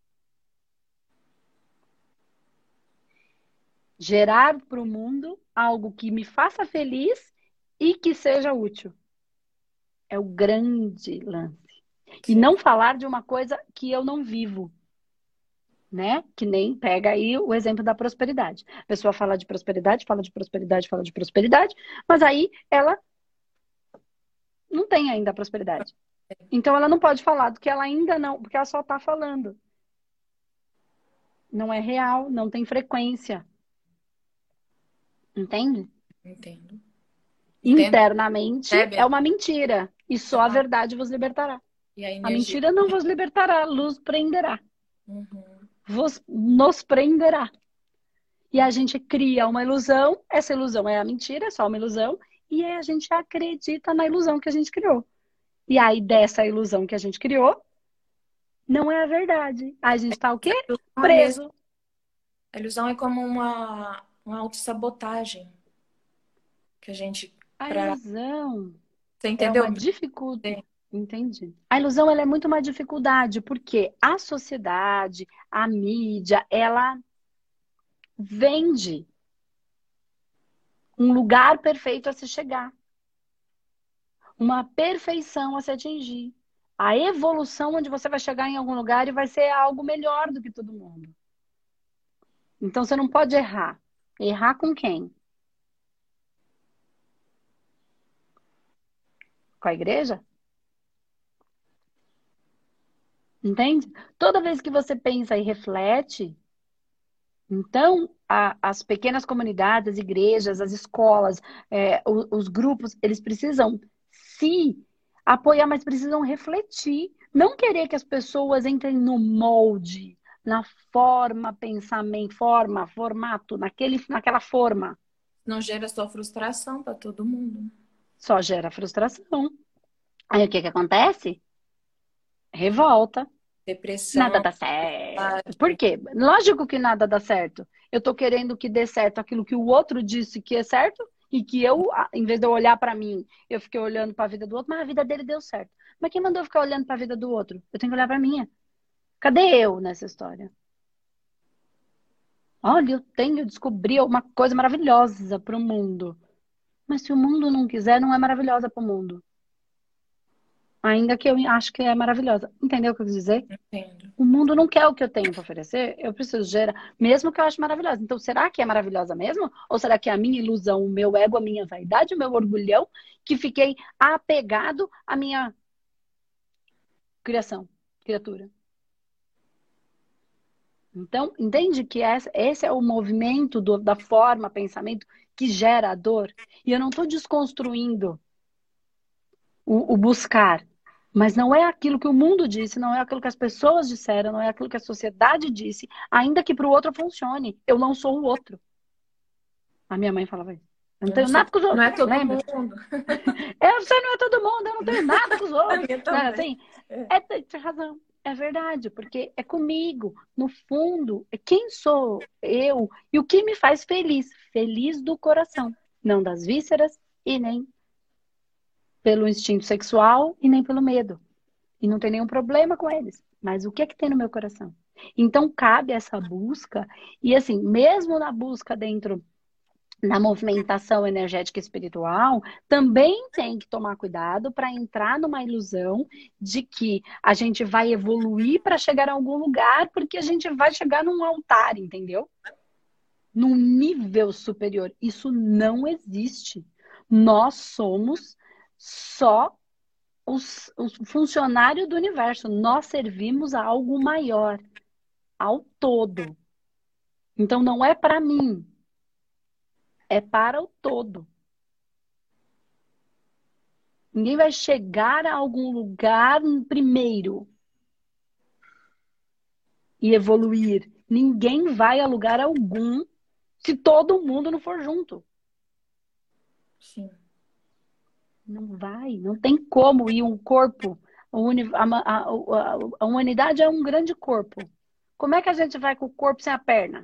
gerar para o mundo algo que me faça feliz e que seja útil? É o grande lance. E não falar de uma coisa que eu não vivo. Né? Que nem pega aí o exemplo da prosperidade. A pessoa fala de prosperidade, fala de prosperidade, fala de prosperidade, mas aí ela não tem ainda a prosperidade. Então ela não pode falar do que ela ainda não, porque ela só está falando. Não é real, não tem frequência. Entende? Entendo. Entendo. Internamente é Percebe? uma mentira. E só a verdade vos libertará. E a A energia. mentira não vos libertará, a luz prenderá. Uhum. Vos, nos prenderá. E a gente cria uma ilusão, essa ilusão é a mentira, é só uma ilusão, e aí a gente acredita na ilusão que a gente criou. E aí dessa ilusão que a gente criou, não é a verdade. A gente tá o quê? Não é mesmo. Preso. A ilusão é como uma, uma autossabotagem que a gente. A Pra... ilusão Você é entendeu? uma dificuldade. Entendi. A ilusão ela é muito uma dificuldade, porque a sociedade, a mídia, ela vende um lugar perfeito a se chegar. Uma perfeição a se atingir. A evolução onde você vai chegar em algum lugar e vai ser algo melhor do que todo mundo. Então você não pode errar. Errar com quem? Com a igreja? Entende? Toda vez que você pensa e reflete, então a, as pequenas comunidades, as igrejas, as escolas, é, os, os grupos, eles precisam se apoiar, mas precisam refletir. Não querer que as pessoas entrem no molde, na forma, pensamento, forma, formato, naquele, naquela forma. Não gera só frustração para todo mundo. Só gera frustração. Aí o que que acontece? Revolta. Nada Depressão, dá certo. Por ansiedade. quê? Lógico que nada dá certo. Eu tô querendo que dê certo aquilo que o outro disse que é certo e que eu, a- em vez de eu olhar pra mim, eu fiquei olhando pra vida do outro, mas a vida dele deu certo. Mas quem mandou eu ficar olhando pra vida do outro? Eu tenho que olhar pra minha. Cadê eu nessa história? Olha, eu tenho descobri uma coisa maravilhosa pro mundo. Mas se o mundo não quiser, não é maravilhosa pro mundo. Ainda que eu acho que é maravilhosa. Entendeu o que eu quis dizer? Entendo. O mundo não quer o que eu tenho para oferecer, eu preciso gerar, mesmo que eu ache maravilhosa. Então, será que é maravilhosa mesmo? Ou será que é a minha ilusão, o meu ego, a minha vaidade, o meu orgulhão, que fiquei apegado à minha criação, criatura? Então, entende que essa- esse é o movimento do- da forma, pensamento que gera a dor? E eu não estou desconstruindo o, o buscar. Mas não é aquilo que o mundo disse, não é aquilo que as pessoas disseram, não é aquilo que a sociedade disse, ainda que para o outro funcione. Eu não sou o outro. A minha mãe falava isso. Eu não Eu não tenho sou, nada com os não é outros, todo lembra? mundo. Eu, você não é todo mundo, eu não tenho nada com os A outros. minha Não era também. assim? É. É, tem razão. É verdade, porque é comigo. No fundo, é quem sou eu e o que me faz feliz. Feliz do coração. Não das vísceras e nem pelo instinto sexual e nem pelo medo. E não tem nenhum problema com eles. Mas o que é que tem no meu coração? Então, cabe essa busca, e assim, mesmo na busca dentro na movimentação energética e espiritual, também tem que tomar cuidado para entrar numa ilusão de que a gente vai evoluir para chegar a algum lugar, porque a gente vai chegar num altar, entendeu? Num nível superior. Isso não existe. Nós somos só os, os funcionários do universo. Nós servimos a algo maior, ao todo. Então não é para mim, é para o todo. Ninguém vai chegar a algum lugar primeiro e evoluir. Ninguém vai a lugar algum se todo mundo não for junto. Sim. Não vai, não tem como ir um corpo. A, a, a, a humanidade é um grande corpo. Como é que a gente vai com o corpo sem a perna?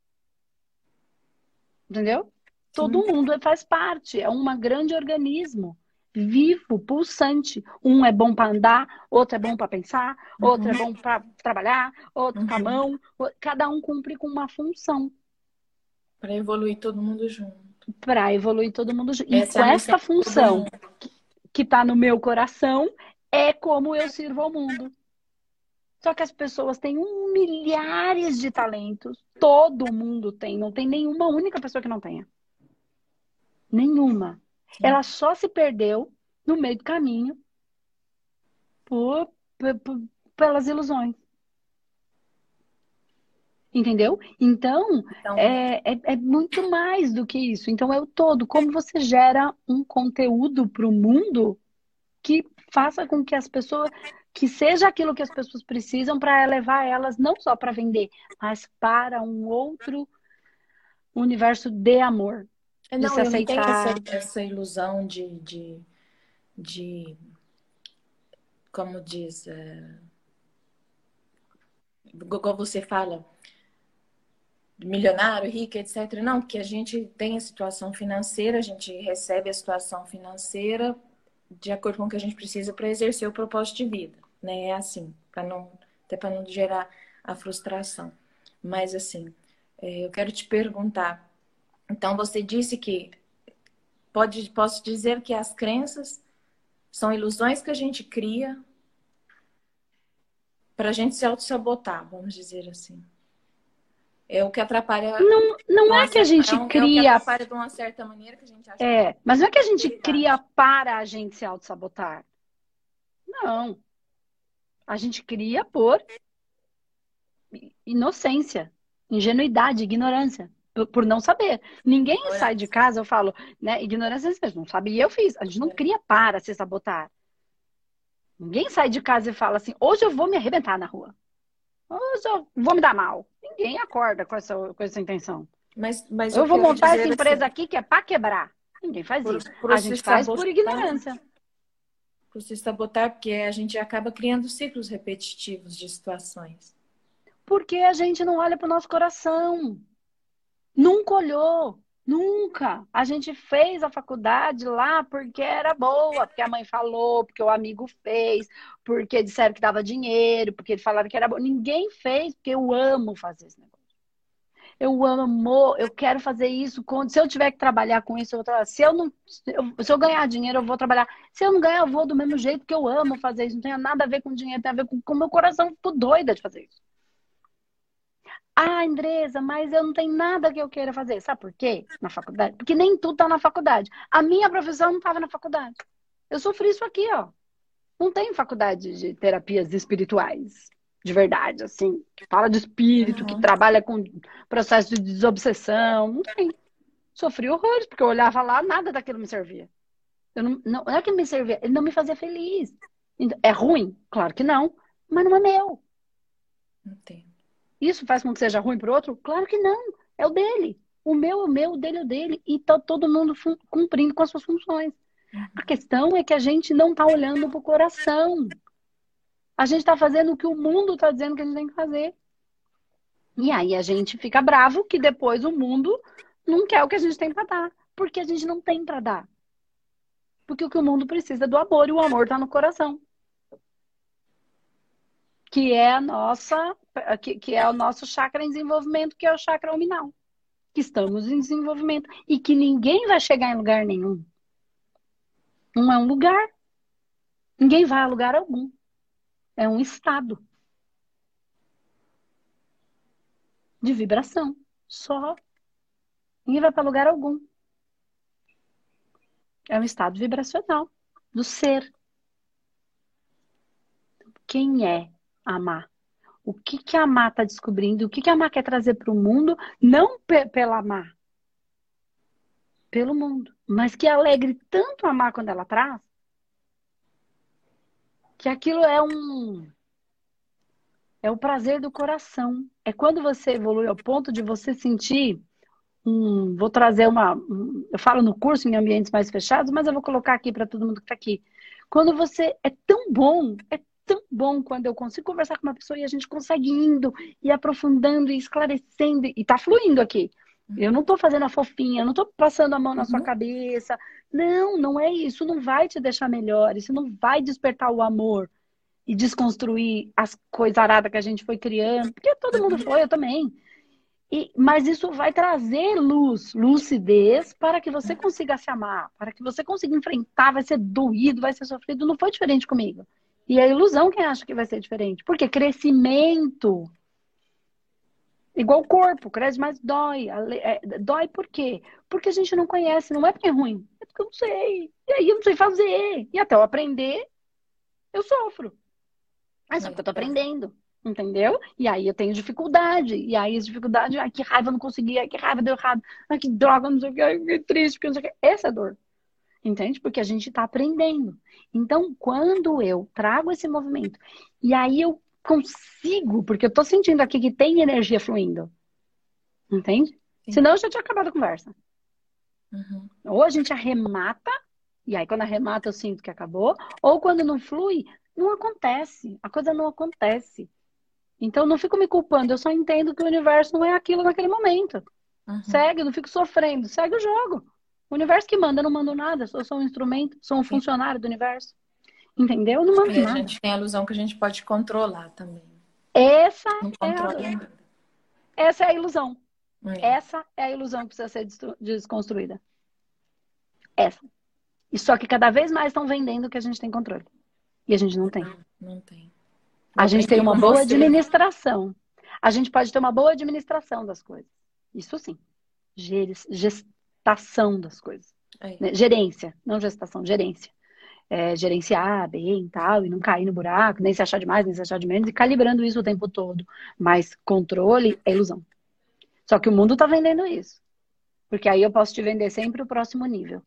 Entendeu? Todo Sim. mundo faz parte, é um grande organismo, vivo, pulsante. Um é bom para andar, outro é bom para pensar, outro Uhum. é bom para trabalhar, outro com a Uhum. mão. Cada um cumpre com uma função Para evoluir todo mundo junto. para evoluir todo mundo. junto. E Essa é com a missão essa de todo função mundo. que está no meu coração, é como eu sirvo ao mundo. Só que as pessoas têm um milhares de talentos, todo mundo tem, não tem nenhuma única pessoa que não tenha. Nenhuma. Sim. Ela só se perdeu no meio do caminho por, por- por- pelas ilusões. Entendeu? Então, Então, é, é, é muito mais do que isso. Então, é o todo. Como você gera um conteúdo para o mundo que faça com que as pessoas, que seja aquilo que as pessoas precisam para levar elas não só para vender, mas para um outro universo de amor, é, de não, se eu não tenho essa, aceitar. essa ilusão de, de, de, como diz, é, igual você fala, milionário, rico, etcétera. Não, que a gente tem a situação financeira, a gente recebe a situação financeira de acordo com o que a gente precisa para exercer o propósito de vida, né? É assim, para não, até para não gerar a frustração. Mas assim, é, eu quero te perguntar. Então, você disse que pode, posso dizer que as crenças são ilusões que a gente cria para a gente se auto-sabotar, vamos dizer assim. É o que atrapalha Não, de não uma é que a certa, é, gente um- é o que cria. atrapalha de uma certa maneira que a gente acha que é É, mas não é que a gente cria prioridade. para a gente se auto-sabotar. Não. A gente cria por inocência, ingenuidade, ignorância, por, por não saber. Ninguém sai de Ignorância. casa, eu falo, né? Ignorância, você não sabia, eu fiz. A gente não cria para se sabotar. Ninguém sai de casa e fala assim, hoje eu vou me arrebentar na rua. Hoje eu vou me dar mal. Ninguém acorda com essa, com essa intenção. Mas, mas eu Eu vou quero montar essa dizer assim, empresa aqui que é para quebrar. Ninguém faz por, isso. por A se gente faz por sabotar, ignorância. por se sabotar, porque a gente acaba criando ciclos repetitivos de situações. Porque a gente não olha para o nosso coração. Nunca olhou. Nunca. A gente fez a faculdade lá porque era boa, porque a mãe falou, porque o amigo fez, porque disseram que dava dinheiro, porque falaram que era bom. Ninguém fez, porque eu amo fazer esse negócio. Eu amo, eu quero fazer isso. Quando, se eu tiver que trabalhar com isso, eu vou trabalhar. Se eu não, se eu, se eu ganhar dinheiro, eu vou trabalhar. Se eu não ganhar, eu vou do mesmo jeito, porque eu amo fazer isso. Não tem nada a ver com dinheiro, tem a ver com o meu coração. Tô doida de fazer isso. Ah, Andresa, mas eu não tenho nada que eu queira fazer. Sabe por quê? Na faculdade? Porque nem tudo tá na faculdade. A minha profissão não estava na faculdade. Eu sofri isso aqui, ó. Não tem faculdade de terapias espirituais, de verdade, assim, que fala de espírito, que Uhum. trabalha com processo de desobsessão. Não tem. Sofri horrores, porque eu olhava lá, nada daquilo me servia. Eu não, não, não é que me servia, ele não me fazia feliz. Então, é ruim? Claro que não, mas não é meu. Entendo. Isso faz com que seja ruim para o outro? Claro que não. É o dele. O meu é o meu, o dele é o dele. E tá todo mundo fun- cumprindo com as suas funções. A questão é que a gente não está olhando para o coração. A gente está fazendo o que o mundo está dizendo que a gente tem que fazer. E aí a gente fica bravo que depois o mundo não quer o que a gente tem para dar. Porque a gente não tem para dar. Porque o que o mundo precisa é do amor, e o amor está no coração. Que é a nossa que, que é o nosso chakra em desenvolvimento, que é o chakra luminal. Que estamos em desenvolvimento. E que ninguém vai chegar em lugar nenhum. Não é um lugar. Ninguém vai a lugar algum. É um estado de vibração. Só. Ninguém vai para lugar algum. É um estado vibracional do ser. Quem é amar? O que que a Amar está descobrindo? O que que a Amar quer trazer para o mundo? Não pe pela Amar, pelo mundo. Mas que alegre tanto a Amar quando ela traz, que aquilo é um... É o prazer do coração. É quando você evolui ao ponto de você sentir... Um, vou trazer uma... Um, eu falo no curso em ambientes mais fechados, mas eu vou colocar aqui para todo mundo que está aqui. Quando você... É tão bom, é tão bom quando eu consigo conversar com uma pessoa e a gente consegue indo e aprofundando e esclarecendo e tá fluindo aqui. Eu não tô fazendo a fofinha, eu não tô passando a mão na Uhum. sua cabeça. Não, não é isso. Não vai te deixar melhor. Isso não vai despertar o amor e desconstruir as coisaradas que a gente foi criando. Porque todo mundo foi, eu também. E, mas isso vai trazer luz, lucidez para que você consiga se amar, para que você consiga enfrentar. Vai ser doído, vai ser sofrido. Não foi diferente comigo. E é ilusão quem acha que vai ser diferente. Porque crescimento, igual o corpo, cresce, mas dói. É, dói por quê? Porque a gente não conhece, não é porque é ruim. É porque eu não sei. E aí eu não sei fazer. E até eu aprender, eu sofro. Mas só porque eu tô aprendendo. Entendeu? E aí eu tenho dificuldade. E aí essa dificuldade, ai, que raiva, eu não consegui, ai, que raiva, deu errado. Ai, que droga, não sei o que, ai, que triste, porque não sei o que. Essa é a dor. Entende? Porque a gente está aprendendo. Então, quando eu trago esse movimento, e aí eu consigo, porque eu estou sentindo aqui que tem energia fluindo. Entende? Sim. Senão eu já tinha acabado a conversa. Uhum. Ou a gente arremata, e aí quando arremata eu sinto que acabou, ou quando não flui, não acontece. A coisa não acontece. Então, eu não fico me culpando, eu só entendo que o universo não é aquilo naquele momento. Uhum. Segue, eu não fico sofrendo, segue o jogo. O universo que manda, eu não mando nada, eu sou um instrumento, sou um funcionário do universo. Entendeu? Eu não mando e nada. A gente tem a ilusão que a gente pode controlar também. Essa não é a... Essa é a ilusão. É. Essa é a ilusão que precisa ser desconstruída. Essa. E só que cada vez mais estão vendendo que a gente tem controle. E a gente não tem. Não, não tem. A gente tem uma boa administração. A gente pode ter uma boa administração das coisas. Isso sim. Gestação das coisas. É. Gerência, não gestação, gerência. É, gerenciar bem e tal, e não cair no buraco, nem se achar de mais, nem se achar de menos, e calibrando isso o tempo todo. Mas controle é ilusão. Só que o mundo tá vendendo isso. Porque aí eu posso te vender sempre o próximo nível.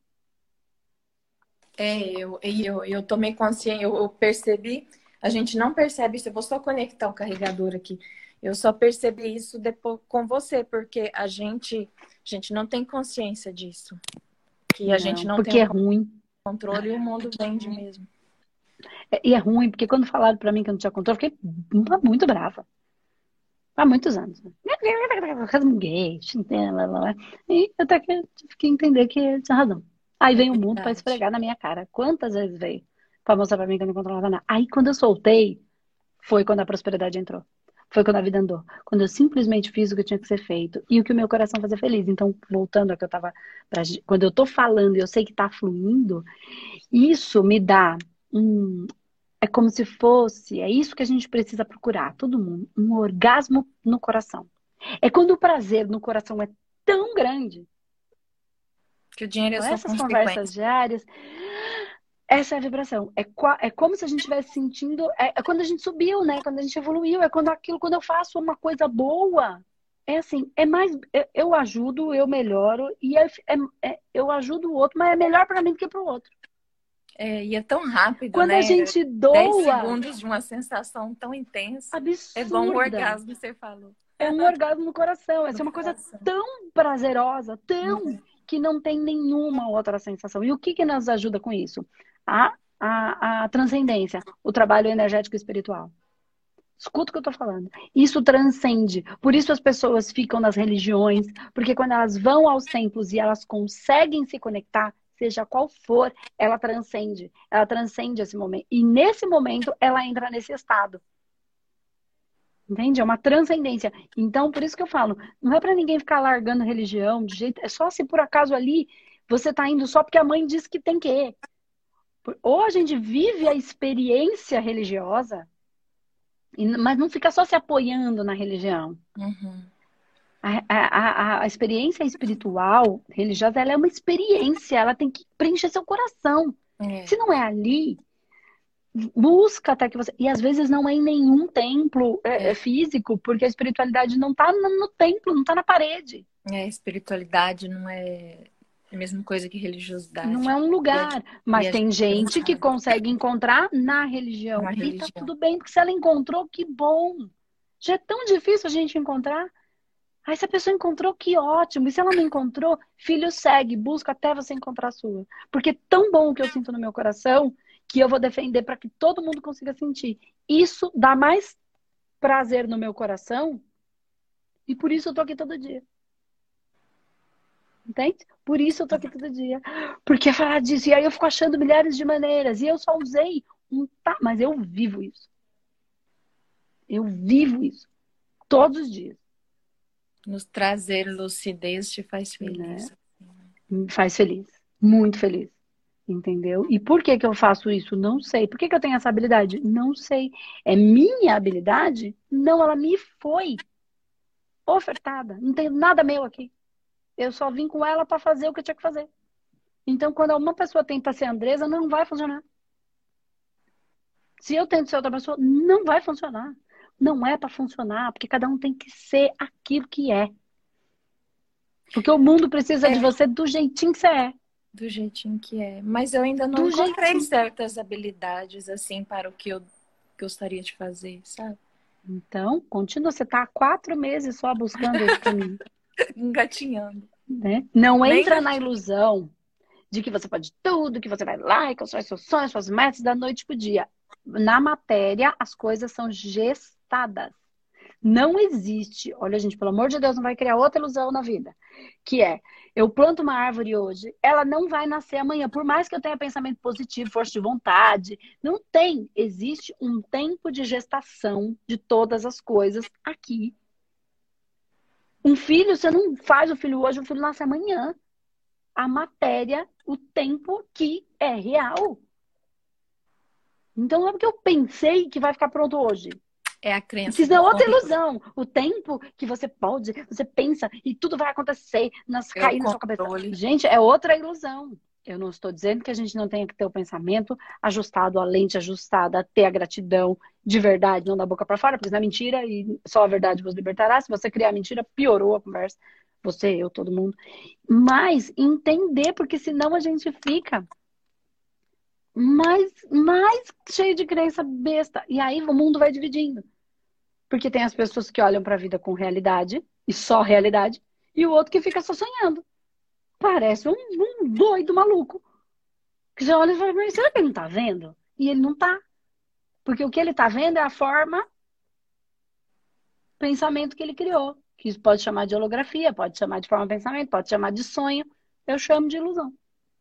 É, eu, eu, eu tomei consciência, eu, eu percebi, a gente não percebe isso, eu vou só conectar o carregador aqui. Eu só percebi isso depois com você, porque a gente, a gente não tem consciência disso. Que a não, gente não porque tem é ruim. Controle e o mundo vende mesmo. É, e é ruim, porque quando falaram pra mim que eu não tinha controle, eu fiquei muito brava. Há muitos anos. Resmunguei, e até que eu tive que entender que ele tinha razão. Aí vem o mundo pra esfregar na minha cara. Quantas vezes veio pra mostrar pra mim que eu não controlava nada? Aí quando eu soltei, foi quando a prosperidade entrou. Foi quando a vida andou. Quando eu simplesmente fiz o que tinha que ser feito. E o que o meu coração fazia feliz. Então, voltando ao que eu tava... Pra... Quando eu tô falando e eu sei que tá fluindo, isso me dá um... É como se fosse... É isso que a gente precisa procurar, todo mundo. Um orgasmo no coração. É quando o prazer no coração é tão grande... Que o dinheiro é só essas conversas diárias... Essa é a vibração. É, é como se a gente estivesse sentindo... É, é quando a gente subiu, né? Quando a gente evoluiu. É quando aquilo, quando eu faço uma coisa boa. É assim, é mais... Eu, eu ajudo, eu melhoro. E é, é, eu ajudo o outro, mas é melhor para mim do que para o outro. É, e é tão rápido, quando né? Quando a gente doa... dez segundos de uma sensação tão intensa. Absurda. É igual um orgasmo, você falou. É um orgasmo no coração. Essa é uma coisa tão prazerosa, tão... Uhum. Que não tem nenhuma outra sensação. E o que, que nos ajuda com isso? A, a, a transcendência, o trabalho energético e espiritual. Escuta o que eu tô falando. Isso transcende. Por isso as pessoas ficam nas religiões, porque quando elas vão aos templos e elas conseguem se conectar, seja qual for, ela transcende. Ela transcende esse momento. E nesse momento, ela entra nesse estado. Entende? É uma transcendência. Então, por isso que eu falo, não é para ninguém ficar largando religião de jeito, é só se por acaso ali você tá indo só porque a mãe disse que tem que ir. Ou a gente vive a experiência religiosa, mas não fica só se apoiando na religião. Uhum. A, a, a, a experiência espiritual, religiosa, ela é uma experiência, ela tem que preencher seu coração. É. Se não é ali, busca até que você. E às vezes não é em nenhum templo é, É. físico, porque a espiritualidade não está no, no templo, não está na parede. É, espiritualidade não é a mesma coisa que religiosidade. Não é um lugar. Mas tem gente que consegue encontrar na religião. Na E religião. tá tudo bem, porque se ela encontrou, que bom. Já é tão difícil a gente encontrar. Aí se a pessoa encontrou, que ótimo. E se ela não encontrou, filho, segue, busca até você encontrar a sua. Porque é tão bom o que eu sinto no meu coração que eu vou defender para que todo mundo consiga sentir. Isso dá mais prazer no meu coração e por isso eu tô aqui todo dia. Entende? Por isso eu tô aqui todo dia. Porque falar disso, e aí eu fico achando milhares de maneiras, e eu só usei um tá, mas eu vivo isso. Eu vivo isso. Todos os dias. Nos trazer lucidez te faz feliz. Né? Me faz feliz. Muito feliz. Entendeu? E por que que eu faço isso? Não sei. Por que que eu tenho essa habilidade? Não sei. É minha habilidade? Não, ela me foi ofertada. Não tem nada meu aqui. Eu só vim com ela para fazer o que eu tinha que fazer. Então, quando uma pessoa tenta ser Andresa, não vai funcionar. Se eu tento ser outra pessoa, não vai funcionar. Não é para funcionar, porque cada um tem que ser aquilo que é. Porque o mundo precisa É. de você do jeitinho que você é. Do jeitinho que é. Mas eu ainda não Do encontrei jeitinho. certas habilidades, assim, para o que eu gostaria de fazer, sabe? Então, continua. Você está há quatro meses só buscando esse caminho. Engatinhando. Né? Não Nem entra na engatinhando. ilusão de que você pode tudo, que você vai lá e constrói seus sonhos, suas metas da noite pro dia. Na matéria, as coisas são gestadas. Não existe, olha, gente, pelo amor de Deus, não vai criar outra ilusão na vida. Que é, eu planto uma árvore hoje, ela não vai nascer amanhã, por mais que eu tenha pensamento positivo, força de vontade. Não tem. Existe um tempo de gestação de todas as coisas aqui. Um filho, você não faz o filho hoje, o filho nasce amanhã. A matéria, o tempo que é real. Então não é porque eu pensei que vai ficar pronto hoje. É a crença. Que isso é outra ilusão. O tempo que você pode, você pensa e tudo vai acontecer, nas, É cair na sua cabeça. Gente, é outra ilusão. Eu não estou dizendo que a gente não tenha que ter o pensamento ajustado, a lente ajustada, ter a gratidão de verdade, não da boca para fora, porque isso é mentira e só a verdade vos libertará. Se você criar mentira, piorou a conversa. Você, eu, todo mundo. Mas entender, porque senão a gente fica mais, mais cheio de crença besta. E aí o mundo vai dividindo. Porque tem as pessoas que olham para a vida com realidade, e só realidade, e o outro que fica só sonhando. Parece um, um doido maluco. Que já olha e fala, mas será que ele não tá vendo? E ele não tá. Porque o que ele tá vendo é a forma, pensamento que ele criou. Que isso pode chamar de holografia, pode chamar de forma de pensamento, pode chamar de sonho. Eu chamo de ilusão.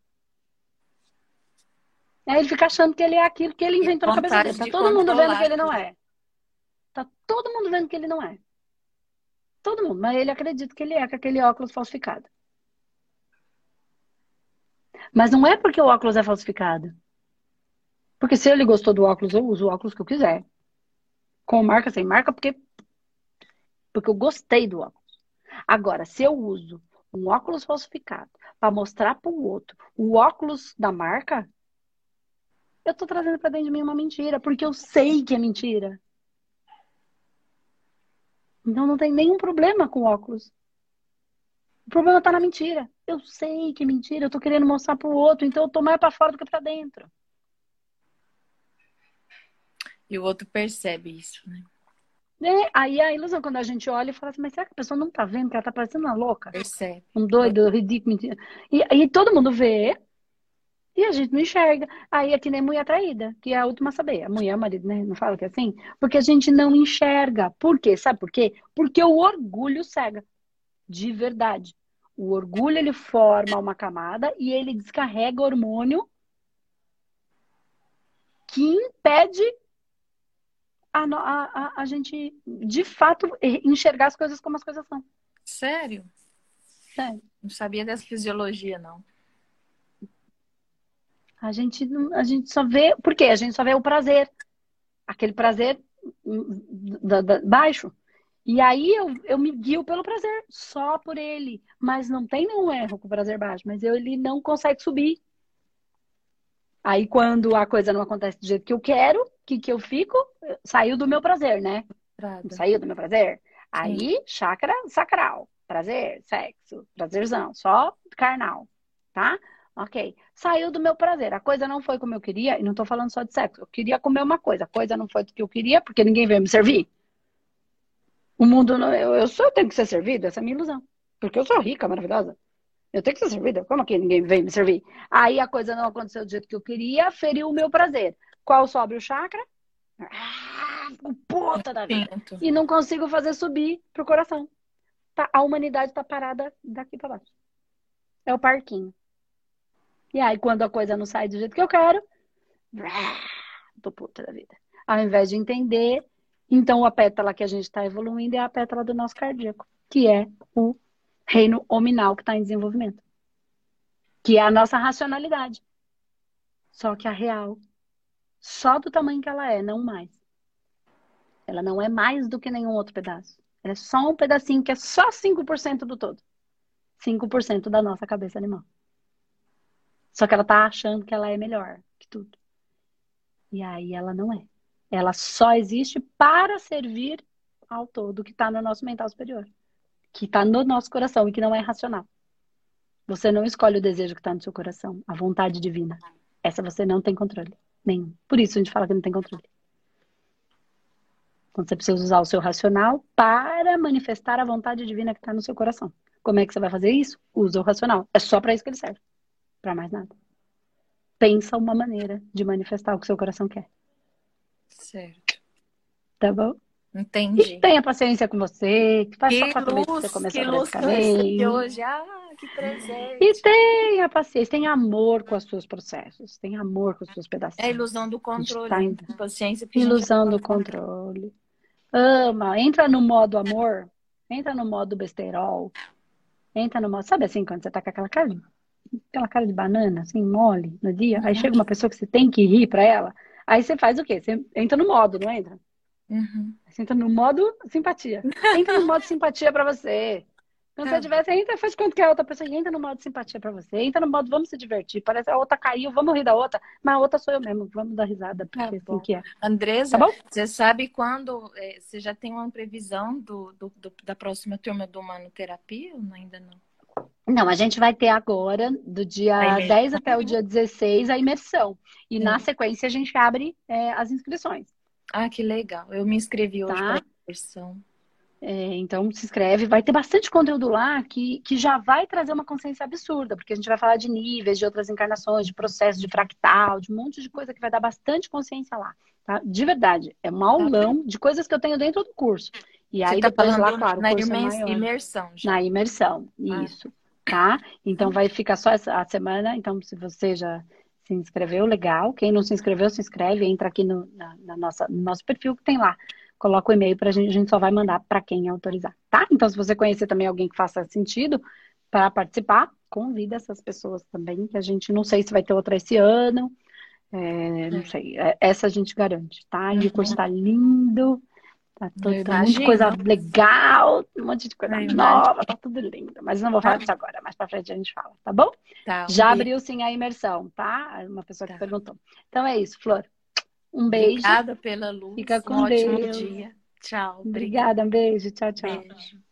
Aí ele fica achando que ele é aquilo que ele inventou na cabeça dele. Tá de todo mundo vendo que ele não tudo. é. Tá todo mundo vendo que ele não é. Todo mundo. Mas ele acredita que ele é com aquele óculos falsificado. Mas não é porque o óculos é falsificado. Porque se ele gostou do óculos, eu uso o óculos que eu quiser. Com marca, sem marca, porque, porque eu gostei do óculos. Agora, se eu uso um óculos falsificado para mostrar para o outro o óculos da marca, eu tô trazendo para dentro de mim uma mentira, porque eu sei que é mentira. Então não tem nenhum problema com o óculos. O problema tá na mentira. Eu sei que é mentira, eu tô querendo mostrar pro outro, então eu tô mais pra fora do que pra dentro. E o outro percebe isso, né? É, aí a ilusão, quando a gente olha e fala assim, mas será que a pessoa não tá vendo que ela tá parecendo uma louca? Percebe. Um doido, ridículo, mentira. E, e todo mundo vê e a gente não enxerga. Aí é que nem mulher traída, que é a última a saber. A mulher, o marido, né? Não fala que é assim? Porque a gente não enxerga. Por quê? Sabe por quê? Porque o orgulho cega. De verdade. O orgulho, ele forma uma camada e ele descarrega hormônio que impede a, no- a, a, a gente, de fato, enxergar as coisas como as coisas são. Sério? Sério. Não sabia dessa fisiologia, não. A gente, não- a gente só vê. Por quê? A gente só vê o prazer. Aquele prazer hum, da- da- baixo. E aí eu, eu me guio pelo prazer, só por ele. Mas não tem nenhum erro com o prazer baixo, mas eu, ele não consegue subir. Aí quando a coisa não acontece do jeito que eu quero, o que, que eu fico? Saiu do meu prazer, né? Prada. Saiu do meu prazer. Sim. Aí, chakra sacral. Prazer, sexo, prazerzão, só carnal, tá? Ok. Saiu do meu prazer. A coisa não foi como eu queria, e não tô falando só de sexo. Eu queria comer uma coisa. A coisa não foi do que eu queria, porque ninguém veio me servir. O mundo não. Eu, eu só tenho que ser servido, essa é a minha ilusão. Porque eu sou rica, maravilhosa. Eu tenho que ser servida. Como que ninguém veio me servir? Aí a coisa não aconteceu do jeito que eu queria, feriu o meu prazer. Qual sobe o chakra? Ah, puta da vida. Pinto. E não consigo fazer subir pro coração. Tá, a humanidade tá parada daqui pra baixo. É o parquinho. E aí, quando a coisa não sai do jeito que eu quero, tô puta da vida. Ao invés de entender, então a pétala que a gente está evoluindo é a pétala do nosso cardíaco, que é o reino hominal que está em desenvolvimento. Que é a nossa racionalidade. Só que a real, só do tamanho que ela é, não mais. Ela não é mais do que nenhum outro pedaço. Ela é só um pedacinho que é só cinco por cento do todo. cinco por cento da nossa cabeça animal. Só que ela tá achando que ela é melhor que tudo. E aí ela não é. Ela só existe para servir ao todo que está no nosso mental superior. Que está no nosso coração e que não é racional. Você não escolhe o desejo que está no seu coração, a vontade divina. Essa você não tem controle nenhum. Por isso a gente fala que não tem controle. Então você precisa usar o seu racional para manifestar a vontade divina que está no seu coração. Como é que você vai fazer isso? Usa o racional. É só para isso que ele serve. Para mais nada. Pensa uma maneira de manifestar o que seu coração quer. Certo. Tá bom? E Entendi. tenha paciência com você, que faz só Que quatro meses que você luz, começou que por esse luz que eu recebi caminho. hoje. Ah, que E presente. tenha paciência, tenha amor com os seus processos, tenha amor com os seus É a pedacinhos. ilusão do A gente controle, tá né? em Paciência, porque a gente ilusão do não controla. controle. Ama, entra no modo amor, entra no modo besterol, entra no modo, sabe assim, quando você tá com aquela cara de, aquela cara de banana, assim, mole no dia, aí chega uma pessoa que você tem que rir pra ela, aí você faz o quê? Você entra no modo, não entra? Uhum. Você entra no modo simpatia. Entra no modo simpatia pra você. Quando você Tá tiver, você entra, faz quanto que a outra pessoa entra no modo simpatia pra você. Entra no modo vamos se divertir. Parece a outra caiu, vamos rir da outra. Mas a outra sou eu mesmo, vamos dar risada, Tá porque é assim bom. que é. Tá Andresa, bom? você sabe quando é, você já tem uma previsão do, do- do- da próxima turma do Manoterapia? Ou ainda não? Não, a gente vai ter agora, do A dia imersão? dez até o dia dezesseis, a imersão. E na Sim. sequência a gente abre é, as inscrições, Ah, que legal. Eu me inscrevi hoje para tá? a imersão. É, então se inscreve, vai ter bastante conteúdo lá que, que já vai trazer uma consciência absurda, porque a gente vai falar de níveis, de outras encarnações, de processo, de fractal, de um monte de coisa que vai dar bastante consciência lá, tá? De verdade, é um Tá bom. aulão de coisas que eu tenho dentro do curso. E Você aí está depois lá, falando claro, o na curso é imen- maior. imersão já. Na imersão, Ah, isso, tá? Então vai ficar só essa a semana. Então, se você já se inscreveu, legal. Quem não se inscreveu, se inscreve, entra aqui no, na, na nossa, no nosso perfil que tem lá. Coloca o e-mail pra gente, a gente só vai mandar para quem autorizar, tá? Então, se você conhecer também alguém que faça sentido para participar, convida essas pessoas também, que a gente não sei se vai ter outra esse ano, é, não é. sei. É, essa a gente garante, tá? E o curso Uhum. tá lindo. Tá Eu tudo, tem um monte de coisa imagino. legal, um monte de coisa Eu imagino. nova, tá tudo lindo. Mas não vou Tá falar disso agora, mais pra frente a gente fala, tá bom? Tá, um Já beijo. abriu sim a imersão, tá? Uma pessoa que Tá. perguntou. Então é isso, Flor. Um beijo, Obrigada pela luz. fica Um com ótimo Deus. dia. Tchau. Obrigada. Obrigada, um beijo, tchau, tchau. Beijo.